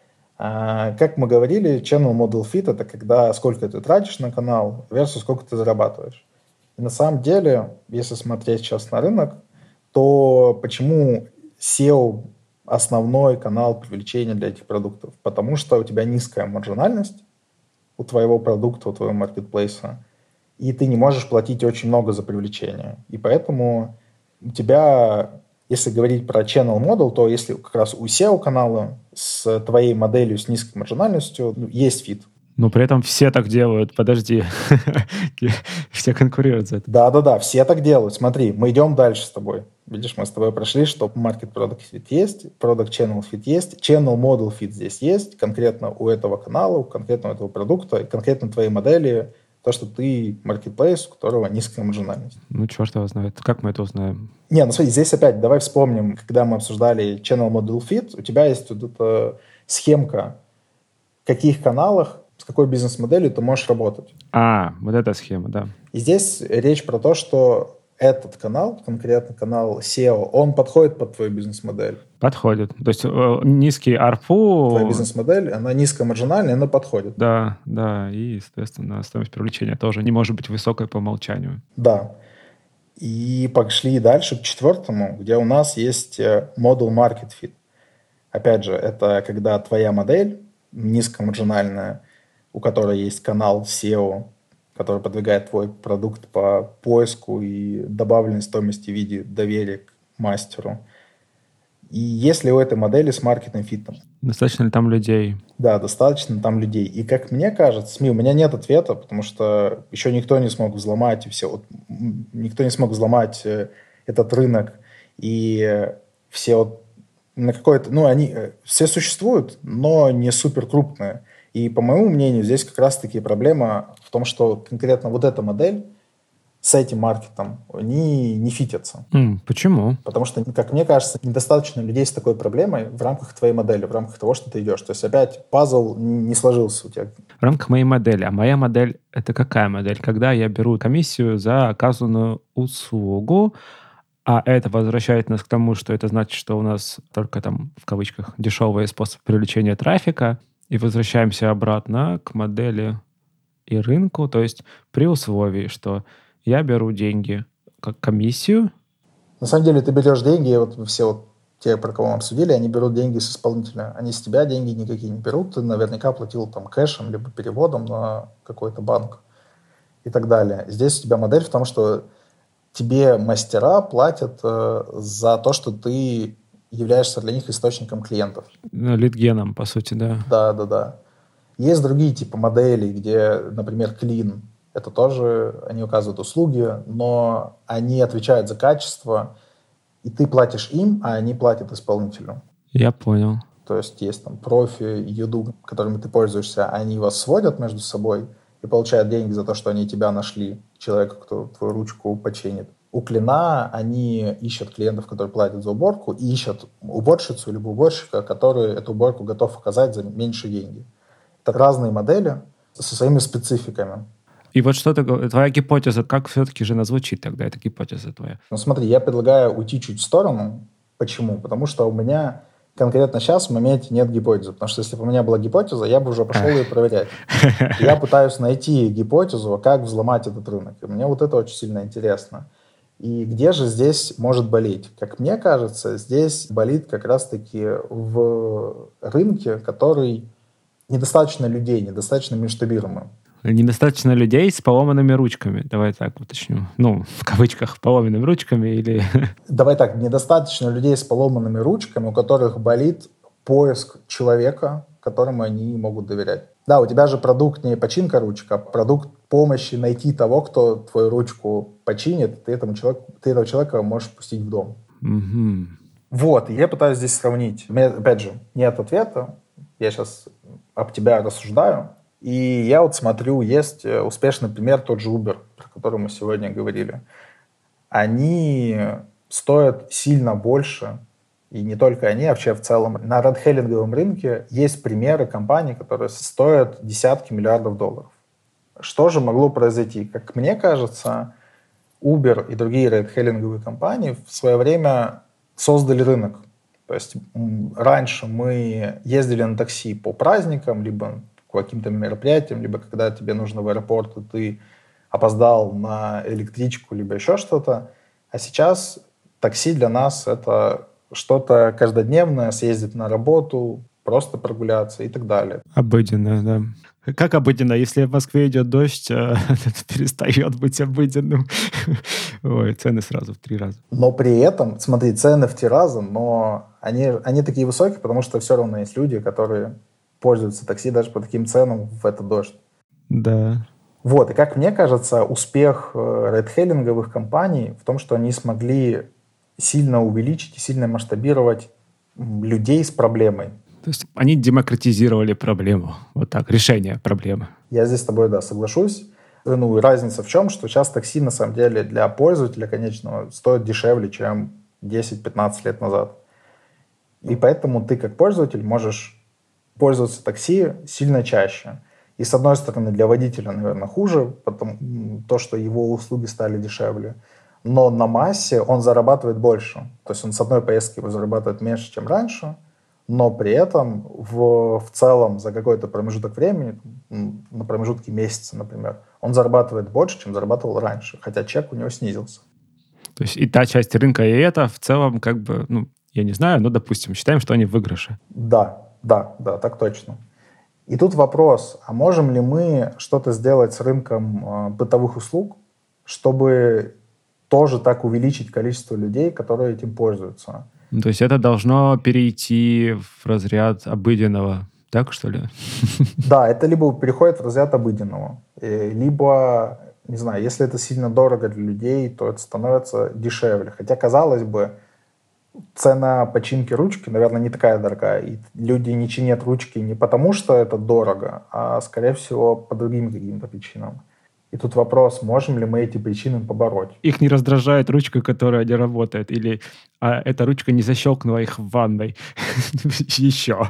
Как мы говорили, Channel Model Feed — это когда сколько ты тратишь на канал versus сколько ты зарабатываешь. И на самом деле, если смотреть сейчас на рынок, то почему SEO основной канал привлечения для этих продуктов? Потому что у тебя низкая маржинальность у твоего продукта, у твоего маркетплейса, и ты не можешь платить очень много за привлечение. И поэтому у тебя, если говорить про channel model, то если как раз у SEO-канала с твоей моделью с низкой маржинальностью есть фит. Но при этом все так делают. Подожди. Все конкурируют за это. Да, все так делают. Смотри, мы идем дальше с тобой. Видишь, мы с тобой прошли, что Market Product Fit есть, Product Channel Fit есть, Channel Model Fit здесь есть, конкретно у этого канала, конкретно у этого продукта, конкретно твоей модели, то, что ты маркетплейс, у которого низкая маржинальность. Ну, черт его знает. Как мы это узнаем? Ну смотри, здесь опять давай вспомним, когда мы обсуждали Channel Model Fit, у тебя есть вот эта схемка, в каких каналах, с какой бизнес-моделью ты можешь работать. Вот эта схема, да. И здесь речь про то, что этот канал, конкретно канал SEO, он подходит под твою бизнес-модель. Подходит. То есть низкий ARPU... Твоя бизнес-модель, она низкомаржинальная, она подходит. Да, и, соответственно, стоимость привлечения тоже не может быть высокой по умолчанию. Да. И пошли дальше к четвертому, где у нас есть Model Market Fit. Опять же, это когда твоя модель низкомаржинальная, у которой есть канал SEO, который продвигает твой продукт по поиску и добавленной стоимости в виде доверия к мастеру. И если у этой модели с маркетным фитом. Достаточно ли там людей? Да, достаточно там людей. И как мне кажется, СМИ, у меня нет ответа, потому что еще никто не смог взломать никто не смог взломать этот рынок. И все на какой-то, они все существуют, но не супер крупные. И по моему мнению, здесь как раз-таки проблема в том, что конкретно вот эта модель с этим маркетом, они не фитятся. Почему? Потому что, как мне кажется, недостаточно людей с такой проблемой в рамках твоей модели, в рамках того, что ты идешь. То есть опять пазл не сложился у тебя. В рамках моей модели. А моя модель — это какая модель? Когда я беру комиссию за оказанную услугу, а это возвращает нас к тому, что это значит, что у нас только там, в кавычках, дешевый способ привлечения трафика, и возвращаемся обратно к модели и рынку, то есть при условии, что я беру деньги как комиссию. На самом деле ты берешь деньги, все те, про кого мы обсудили, они берут деньги с исполнителя. Они с тебя деньги никакие не берут. Ты наверняка платил там кэшем, либо переводом на какой-то банк и так далее. Здесь у тебя модель в том, что тебе мастера платят за то, что ты являешься для них источником клиентов. Лидгеном, по сути, да. Да. Есть другие типы моделей, где, например, Clean. Это тоже, они указывают услуги, но они отвечают за качество, и ты платишь им, а они платят исполнителю. Я понял. То есть есть там профи, юду, которыми ты пользуешься, они вас сводят между собой и получают деньги за то, что они тебя нашли, человека, кто твою ручку починит. У Клина они ищут клиентов, которые платят за уборку, и ищут уборщицу либо уборщика, который эту уборку готов оказать за меньшие деньги. Это разные модели со своими спецификами. И вот что твоя гипотеза, как все-таки же она звучит тогда, эта гипотеза твоя? Смотри, я предлагаю уйти чуть в сторону. Почему? Потому что у меня конкретно сейчас в моменте нет гипотезы, потому что если бы у меня была гипотеза, я бы уже пошел ее проверять. Я пытаюсь найти гипотезу, как взломать этот рынок. И мне вот это очень сильно интересно. И где же здесь может болеть? Как мне кажется, здесь болит как раз-таки в рынке, который недостаточно людей, недостаточно масштабируемый. Недостаточно людей с поломанными ручками. Давай так уточню. Ну, в кавычках, поломанными ручками или... Давай так, недостаточно людей с поломанными ручками, у которых болит поиск человека, которому они могут доверять. Да, у тебя же продукт не починка ручек, а продукт помощи найти того, кто твою ручку починит, ты этого человека можешь пустить в дом. Угу. Вот, и я пытаюсь здесь сравнить. У меня, опять же, нет ответа, я сейчас об тебя рассуждаю, и я вот смотрю, есть успешный пример, тот же Uber, про который мы сегодня говорили. Они стоят сильно больше, и не только они, а вообще в целом. На рейд-хейлинговом рынке есть примеры компаний, которые стоят десятки миллиардов долларов. Что же могло произойти? Как мне кажется, Uber и другие рейд-хейлинговые компании в свое время создали рынок. То есть раньше мы ездили на такси по праздникам, либо к каким-то мероприятиям, либо когда тебе нужно в аэропорт, и ты опоздал на электричку, либо еще что-то. А сейчас такси для нас — это что-то каждодневное, съездить на работу, просто прогуляться и так далее. Обыденно, да. Как обыденно? Если в Москве идет дождь, это перестает быть обыденным. Ой, цены сразу в 3 раза. Но при этом, смотри, цены в 3 раза, но они такие высокие, потому что все равно есть люди, которые пользуются такси даже по таким ценам в этот дождь. Да. Вот, и как мне кажется, успех рейд-хейлинговых компаний в том, что они смогли сильно увеличить и сильно масштабировать людей с проблемой. То есть они демократизировали проблему. Вот так, решение проблемы. Я здесь с тобой, да, соглашусь. Ну, и разница в чем, что сейчас такси, на самом деле, для пользователя конечного стоит дешевле, чем 10-15 лет назад. И поэтому ты, как пользователь, можешь пользоваться такси сильно чаще. И, с одной стороны, для водителя, наверное, хуже, потому то, что его услуги стали дешевле. Но на массе он зарабатывает больше. То есть он с одной поездки зарабатывает меньше, чем раньше, но при этом в целом за какой-то промежуток времени, на промежутке месяца, например, он зарабатывает больше, чем зарабатывал раньше, хотя чек у него снизился. То есть и та часть рынка, и это в целом как бы, ну, я не знаю, но, допустим, считаем, что они в выигрыше. Да, так точно. И тут вопрос, а можем ли мы что-то сделать с рынком бытовых услуг, чтобы тоже так увеличить количество людей, которые этим пользуются? Ну, то есть это должно перейти в разряд обыденного, так что ли? Да, это либо переходит в разряд обыденного, либо, не знаю, если это сильно дорого для людей, то это становится дешевле. Хотя, казалось бы, цена починки ручки, наверное, не такая дорогая. И люди не чинят ручки не потому, что это дорого, а, скорее всего, по другим каким-то причинам. И тут вопрос, можем ли мы эти причины побороть? Их не раздражает ручка, которая не работает, или эта ручка не защелкнула их в ванной. Еще.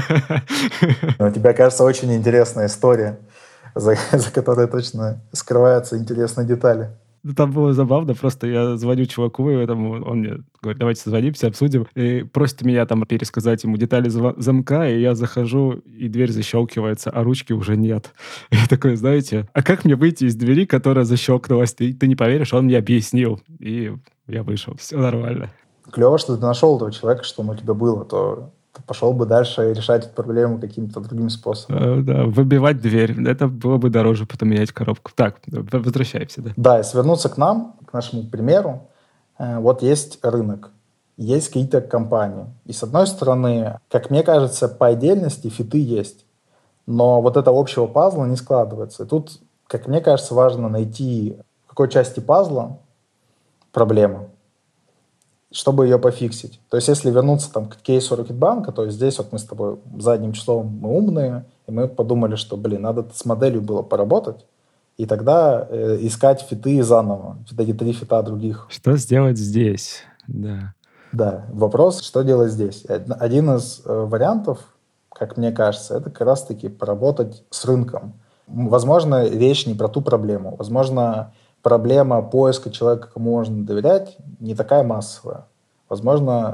У тебя, кажется, очень интересная история, за которой точно скрываются интересные детали. Ну, там было забавно, просто я звоню чуваку, и он мне говорит, давайте созвонимся, обсудим, и просит меня там пересказать ему детали замка, и я захожу, и дверь защелкивается, а ручки уже нет. И я такой, знаете, а как мне выйти из двери, которая защелкнулась? Ты не поверишь, он мне объяснил, и я вышел, все нормально. Клево, что ты нашел этого человека, что он у тебя был, а то ты пошел бы дальше решать эту проблему каким-то другим способом. Да, выбивать дверь. Это было бы дороже, потом менять коробку. Так, возвращаемся, да. Да, и свернуться к нам, к нашему примеру. Вот есть рынок, есть какие-то компании. И с одной стороны, как мне кажется, по отдельности фиты есть. Но вот этого общего пазла не складывается. И тут, как мне кажется, важно найти, в какой части пазла проблема, чтобы ее пофиксить. То есть, если вернуться там, к кейсу Рокетбанка, то здесь вот мы с тобой задним числом мы умные, и мы подумали, что, надо с моделью было поработать, и тогда искать фиты заново, вот эти 3 фита других. Что сделать здесь? Да. Да, вопрос, что делать здесь. Один из вариантов, как мне кажется, это как раз-таки поработать с рынком. Возможно, речь не про ту проблему. Возможно, проблема поиска человека, кому можно доверять, не такая массовая. Возможно,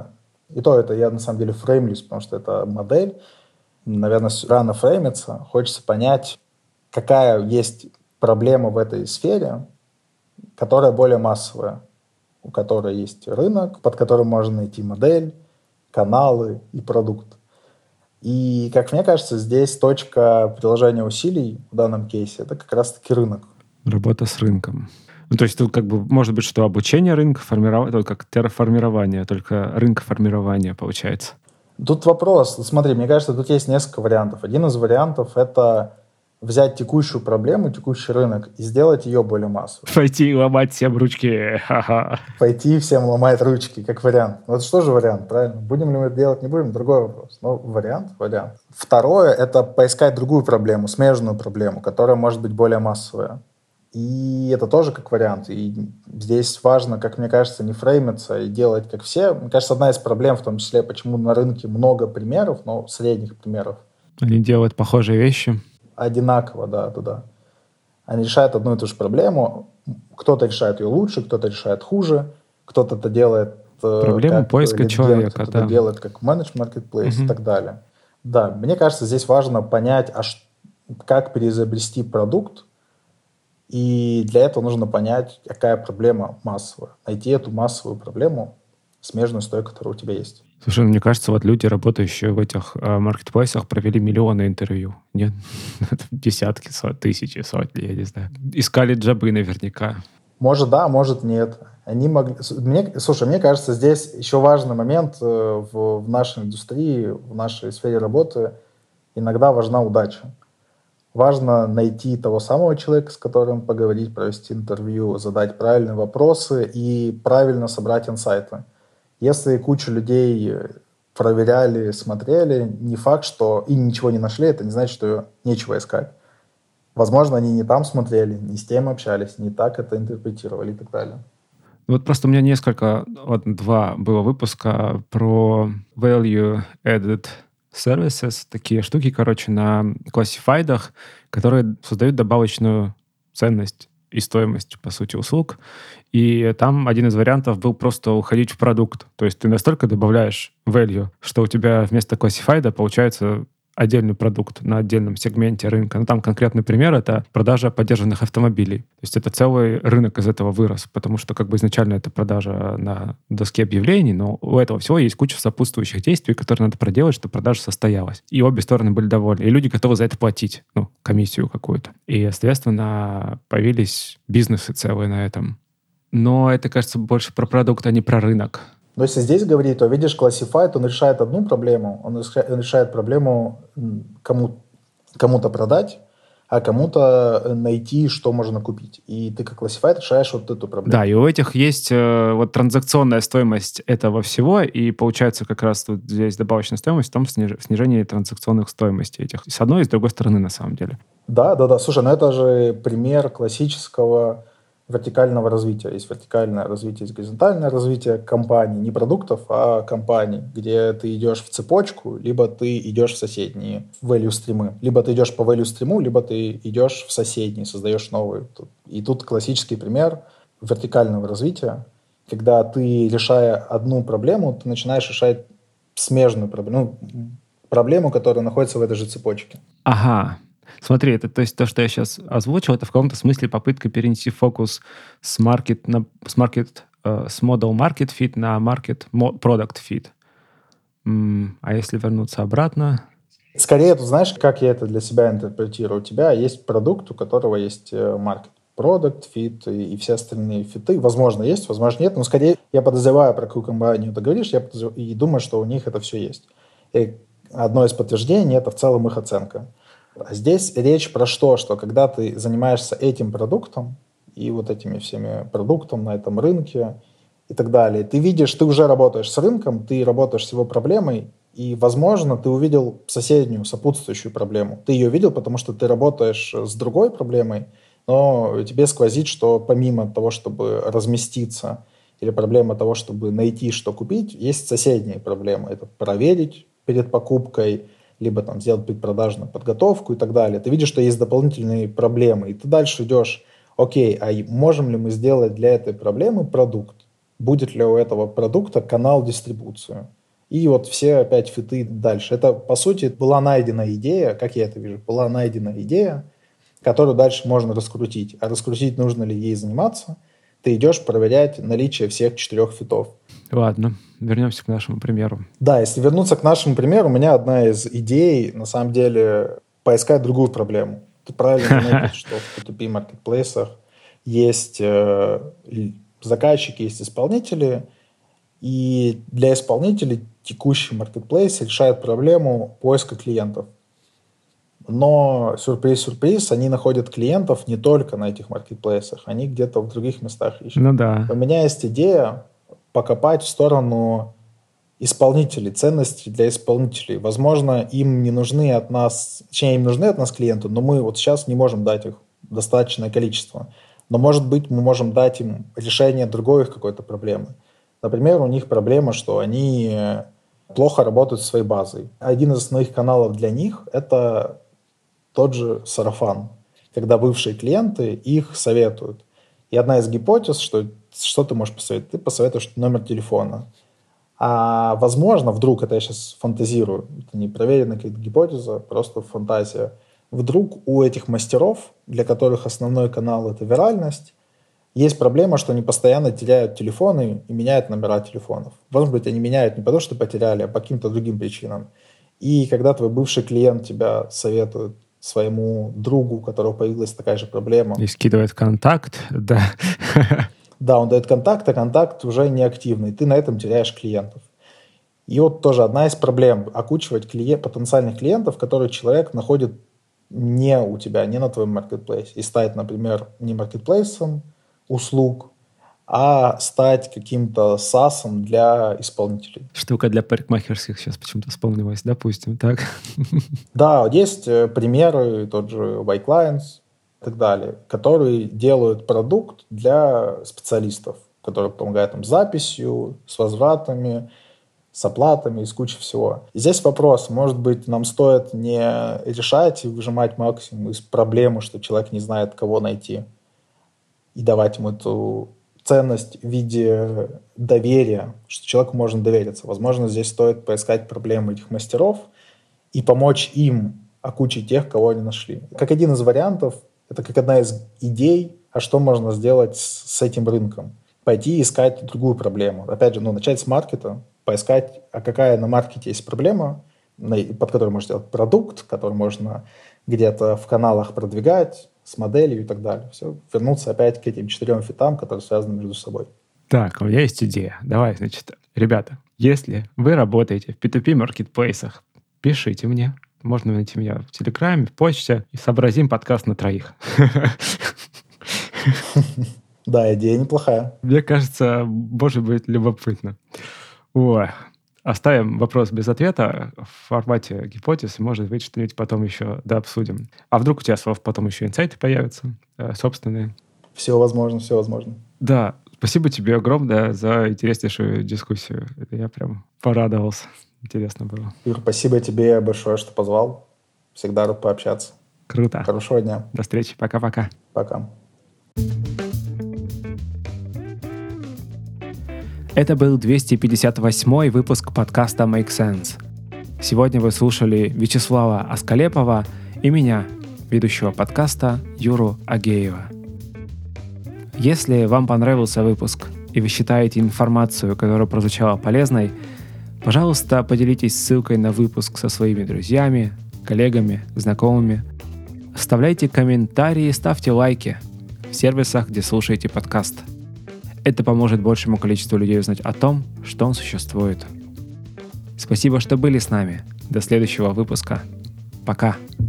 И то это я на самом деле фреймлюсь, потому что это модель, наверное, рано фреймится. Хочется понять, какая есть проблема в этой сфере, которая более массовая, у которой есть рынок, под которым можно найти модель, каналы и продукт. И, как мне кажется, здесь точка приложения усилий в данном кейсе – это как раз-таки рынок. Работа с рынком. Ну, то есть тут как бы может быть, что обучение рынка, формирование, как терраформирование, только рынкоформирование получается. Тут вопрос. Смотри, мне кажется, тут есть несколько вариантов. Один из вариантов – это взять текущую проблему, текущий рынок и сделать ее более массовой. Пойти ломать всем ручки. Ха-ха. Пойти всем ломать ручки, как вариант. Ну, это что же вариант, правильно? Будем ли мы это делать, не будем, другой вопрос. Но вариант. Второе – это поискать другую проблему, смежную проблему, которая может быть более массовая. И это тоже как вариант. И здесь важно, как мне кажется, не фреймиться и делать как все. Мне кажется, одна из проблем, в том числе, почему на рынке много примеров, но средних примеров. Они делают похожие вещи. Одинаково, да. Они решают одну и ту же проблему. Кто-то решает ее лучше, кто-то решает хуже, кто-то это делает проблему как поиска лидгент, человека, кто-то делает как managed marketplace и так далее. Да, мне кажется, здесь важно понять, как переизобрести продукт, и для этого нужно понять, какая проблема массовая. Найти эту массовую проблему, смежную с той, которая у тебя есть. Слушай, мне кажется, вот люди, работающие в этих маркетплейсах, провели миллионы интервью. Нет? Десятки, тысячи, сотни, я не знаю. Искали джобы наверняка. Может, да, может, нет. Они могли... Слушай, мне кажется, здесь еще важный момент в нашей индустрии, в нашей сфере работы. Иногда важна удача. Важно найти того самого человека, с которым поговорить, провести интервью, задать правильные вопросы и правильно собрать инсайты. Если кучу людей проверяли, смотрели, не факт, что и ничего не нашли, это не значит, что нечего искать. Возможно, они не там смотрели, не с тем общались, не так это интерпретировали и так далее. Вот просто у меня два было выпуска про value added services, такие штуки, короче, на классифайдах, которые создают добавочную ценность и стоимость, по сути, услуг. И там один из вариантов был просто уходить в продукт. То есть ты настолько добавляешь value, что у тебя вместо классифайда получается отдельный продукт на отдельном сегменте рынка. Ну, там конкретный пример — это продажа подержанных автомобилей. То есть это целый рынок из этого вырос, потому что как бы изначально это продажа на доске объявлений, но у этого всего есть куча сопутствующих действий, которые надо проделать, чтобы продажа состоялась. И обе стороны были довольны. И люди готовы за это платить, комиссию какую-то. И, соответственно, появились бизнесы целые на этом. Но это, кажется, больше про продукт, а не про рынок. Но если здесь говорить, то, видишь, Classified, он решает одну проблему, он решает проблему кому-то продать, а кому-то найти, что можно купить. И ты как Classified решаешь вот эту проблему. Да, и у этих есть вот транзакционная стоимость этого всего, и получается как раз тут здесь добавочная стоимость в том снижении транзакционных стоимостей этих. С одной и с другой стороны, на самом деле. Да. Слушай, это же пример классического вертикального развития. Есть вертикальное развитие, есть горизонтальное развитие компаний, не продуктов, а компаний, где ты идешь в цепочку, либо ты идешь в соседние value стримы. Либо ты идешь по value стриму, либо ты идешь в соседние, создаешь новые. И тут классический пример вертикального развития, когда ты, решая одну проблему, ты начинаешь решать смежную проблему, проблему, которая находится в этой же цепочке. Ага. Смотри, это, то есть то, что я сейчас озвучил, это в каком-то смысле попытка перенести фокус с model market fit на market product fit. А если вернуться обратно? Скорее, ты знаешь, как я это для себя интерпретирую? У тебя есть продукт, у которого есть market product fit и все остальные фиты. Возможно, есть, возможно, нет. Но скорее, я подозреваю, про какую компанию ты говоришь, и думаю, что у них это все есть. И одно из подтверждений – это в целом их оценка. А здесь речь про что? Что когда ты занимаешься этим продуктом и вот этими всеми продуктами на этом рынке и так далее, ты видишь, ты уже работаешь с рынком, ты работаешь с его проблемой, и, возможно, ты увидел соседнюю, сопутствующую проблему. Ты ее видел, потому что ты работаешь с другой проблемой, но тебе сквозит, что помимо того, чтобы разместиться, или проблема того, чтобы найти, что купить, есть соседние проблемы. Это проверить перед покупкой, либо там сделать предпродажную подготовку и так далее. Ты видишь, что есть дополнительные проблемы, и ты дальше идешь, окей, а можем ли мы сделать для этой проблемы продукт? Будет ли у этого продукта канал дистрибуции? и вот все опять фиты дальше. Это, по сути, была найдена идея, как я это вижу, была найдена идея, которую дальше можно раскрутить. А раскрутить, нужно ли ей заниматься, ты идешь проверять наличие всех 4 фитов. Ладно, вернемся к нашему примеру. Да, если вернуться к нашему примеру, у меня одна из идей, на самом деле, поискать другую проблему. Ты правильно заметил, что в P2P маркетплейсах есть заказчики, есть исполнители, и для исполнителей текущий маркетплейс решает проблему поиска клиентов. Но, сюрприз-сюрприз, они находят клиентов не только на этих маркетплейсах, они где-то в других местах ищут. Ну да. У меня есть идея покопать в сторону исполнителей, ценностей для исполнителей. Возможно, им не нужны от нас, точнее, им нужны от нас клиенты, но мы вот сейчас не можем дать их достаточное количество. Но, может быть, мы можем дать им решение другой их какой-то проблемы. Например, у них проблема, что они плохо работают со своей базой. Один из основных каналов для них – это тот же сарафан, когда бывшие клиенты их советуют. И одна из гипотез, что ты можешь посоветовать? Ты посоветуешь номер телефона. А возможно, вдруг, это я сейчас фантазирую, это не проверенная какая-то гипотеза, просто фантазия, вдруг у этих мастеров, для которых основной канал – это виральность, есть проблема, что они постоянно теряют телефоны и меняют номера телефонов. Может быть, они меняют не потому, что потеряли, а по каким-то другим причинам. И когда твой бывший клиент тебя советует своему другу, у которого появилась такая же проблема. И скидывает контакт, да. Да, он дает контакт, а контакт уже неактивный. Ты на этом теряешь клиентов. И вот тоже одна из проблем – окучивать потенциальных клиентов, которые человек находит не у тебя, не на твоем маркетплейсе. И стать, например, не маркетплейсом услуг, а стать каким-то SaaS для исполнителей. Штука для парикмахерских сейчас почему-то вспомнилась, допустим, так? Да, есть примеры, тот же Y-Clients и так далее, которые делают продукт для специалистов, которые помогают им с записью, с возвратами, с оплатами и с кучей всего. И здесь вопрос, может быть, нам стоит не решать и выжимать максимум из проблемы, что человек не знает, кого найти, и давать ему эту ценность в виде доверия, что человеку можно довериться. Возможно, здесь стоит поискать проблемы этих мастеров и помочь им окучить тех, кого они нашли. Как один из вариантов, это как одна из идей, а что можно сделать с этим рынком. Пойти искать другую проблему. Опять же, начать с маркета, поискать, а какая на маркете есть проблема, под которой можно сделать продукт, который можно где-то в каналах продвигать, с моделью и так далее. Все, вернуться опять к этим 4 фитам, которые связаны между собой. Так, у меня есть идея. Давай, значит, ребята, если вы работаете в P2P маркетплейсах, пишите мне. Можно найти меня в Телеграме, в почте, и сообразим подкаст на 3. Да, идея неплохая. Мне кажется, может быть любопытно. Ой. Оставим вопрос без ответа в формате гипотез, может быть, что-нибудь потом еще дообсудим. А вдруг у тебя потом еще инсайты появятся собственные? Все возможно, все возможно. Да, спасибо тебе огромное за интереснейшую дискуссию. Это я прям порадовался. Интересно было. Юр, спасибо тебе большое, что позвал. Всегда рад пообщаться. Круто. Хорошего дня. До встречи. Пока-пока. Пока. Это был 258-й выпуск подкаста Make Sense. Сегодня вы слушали Вячеслава Аскалепова и меня, ведущего подкаста Юру Агеева. Если вам понравился выпуск и вы считаете информацию, которая прозвучала полезной, пожалуйста, поделитесь ссылкой на выпуск со своими друзьями, коллегами, знакомыми. Оставляйте комментарии, ставьте лайки в сервисах, где слушаете подкаст. Это поможет большему количеству людей узнать о том, что он существует. Спасибо, что были с нами. До следующего выпуска. Пока.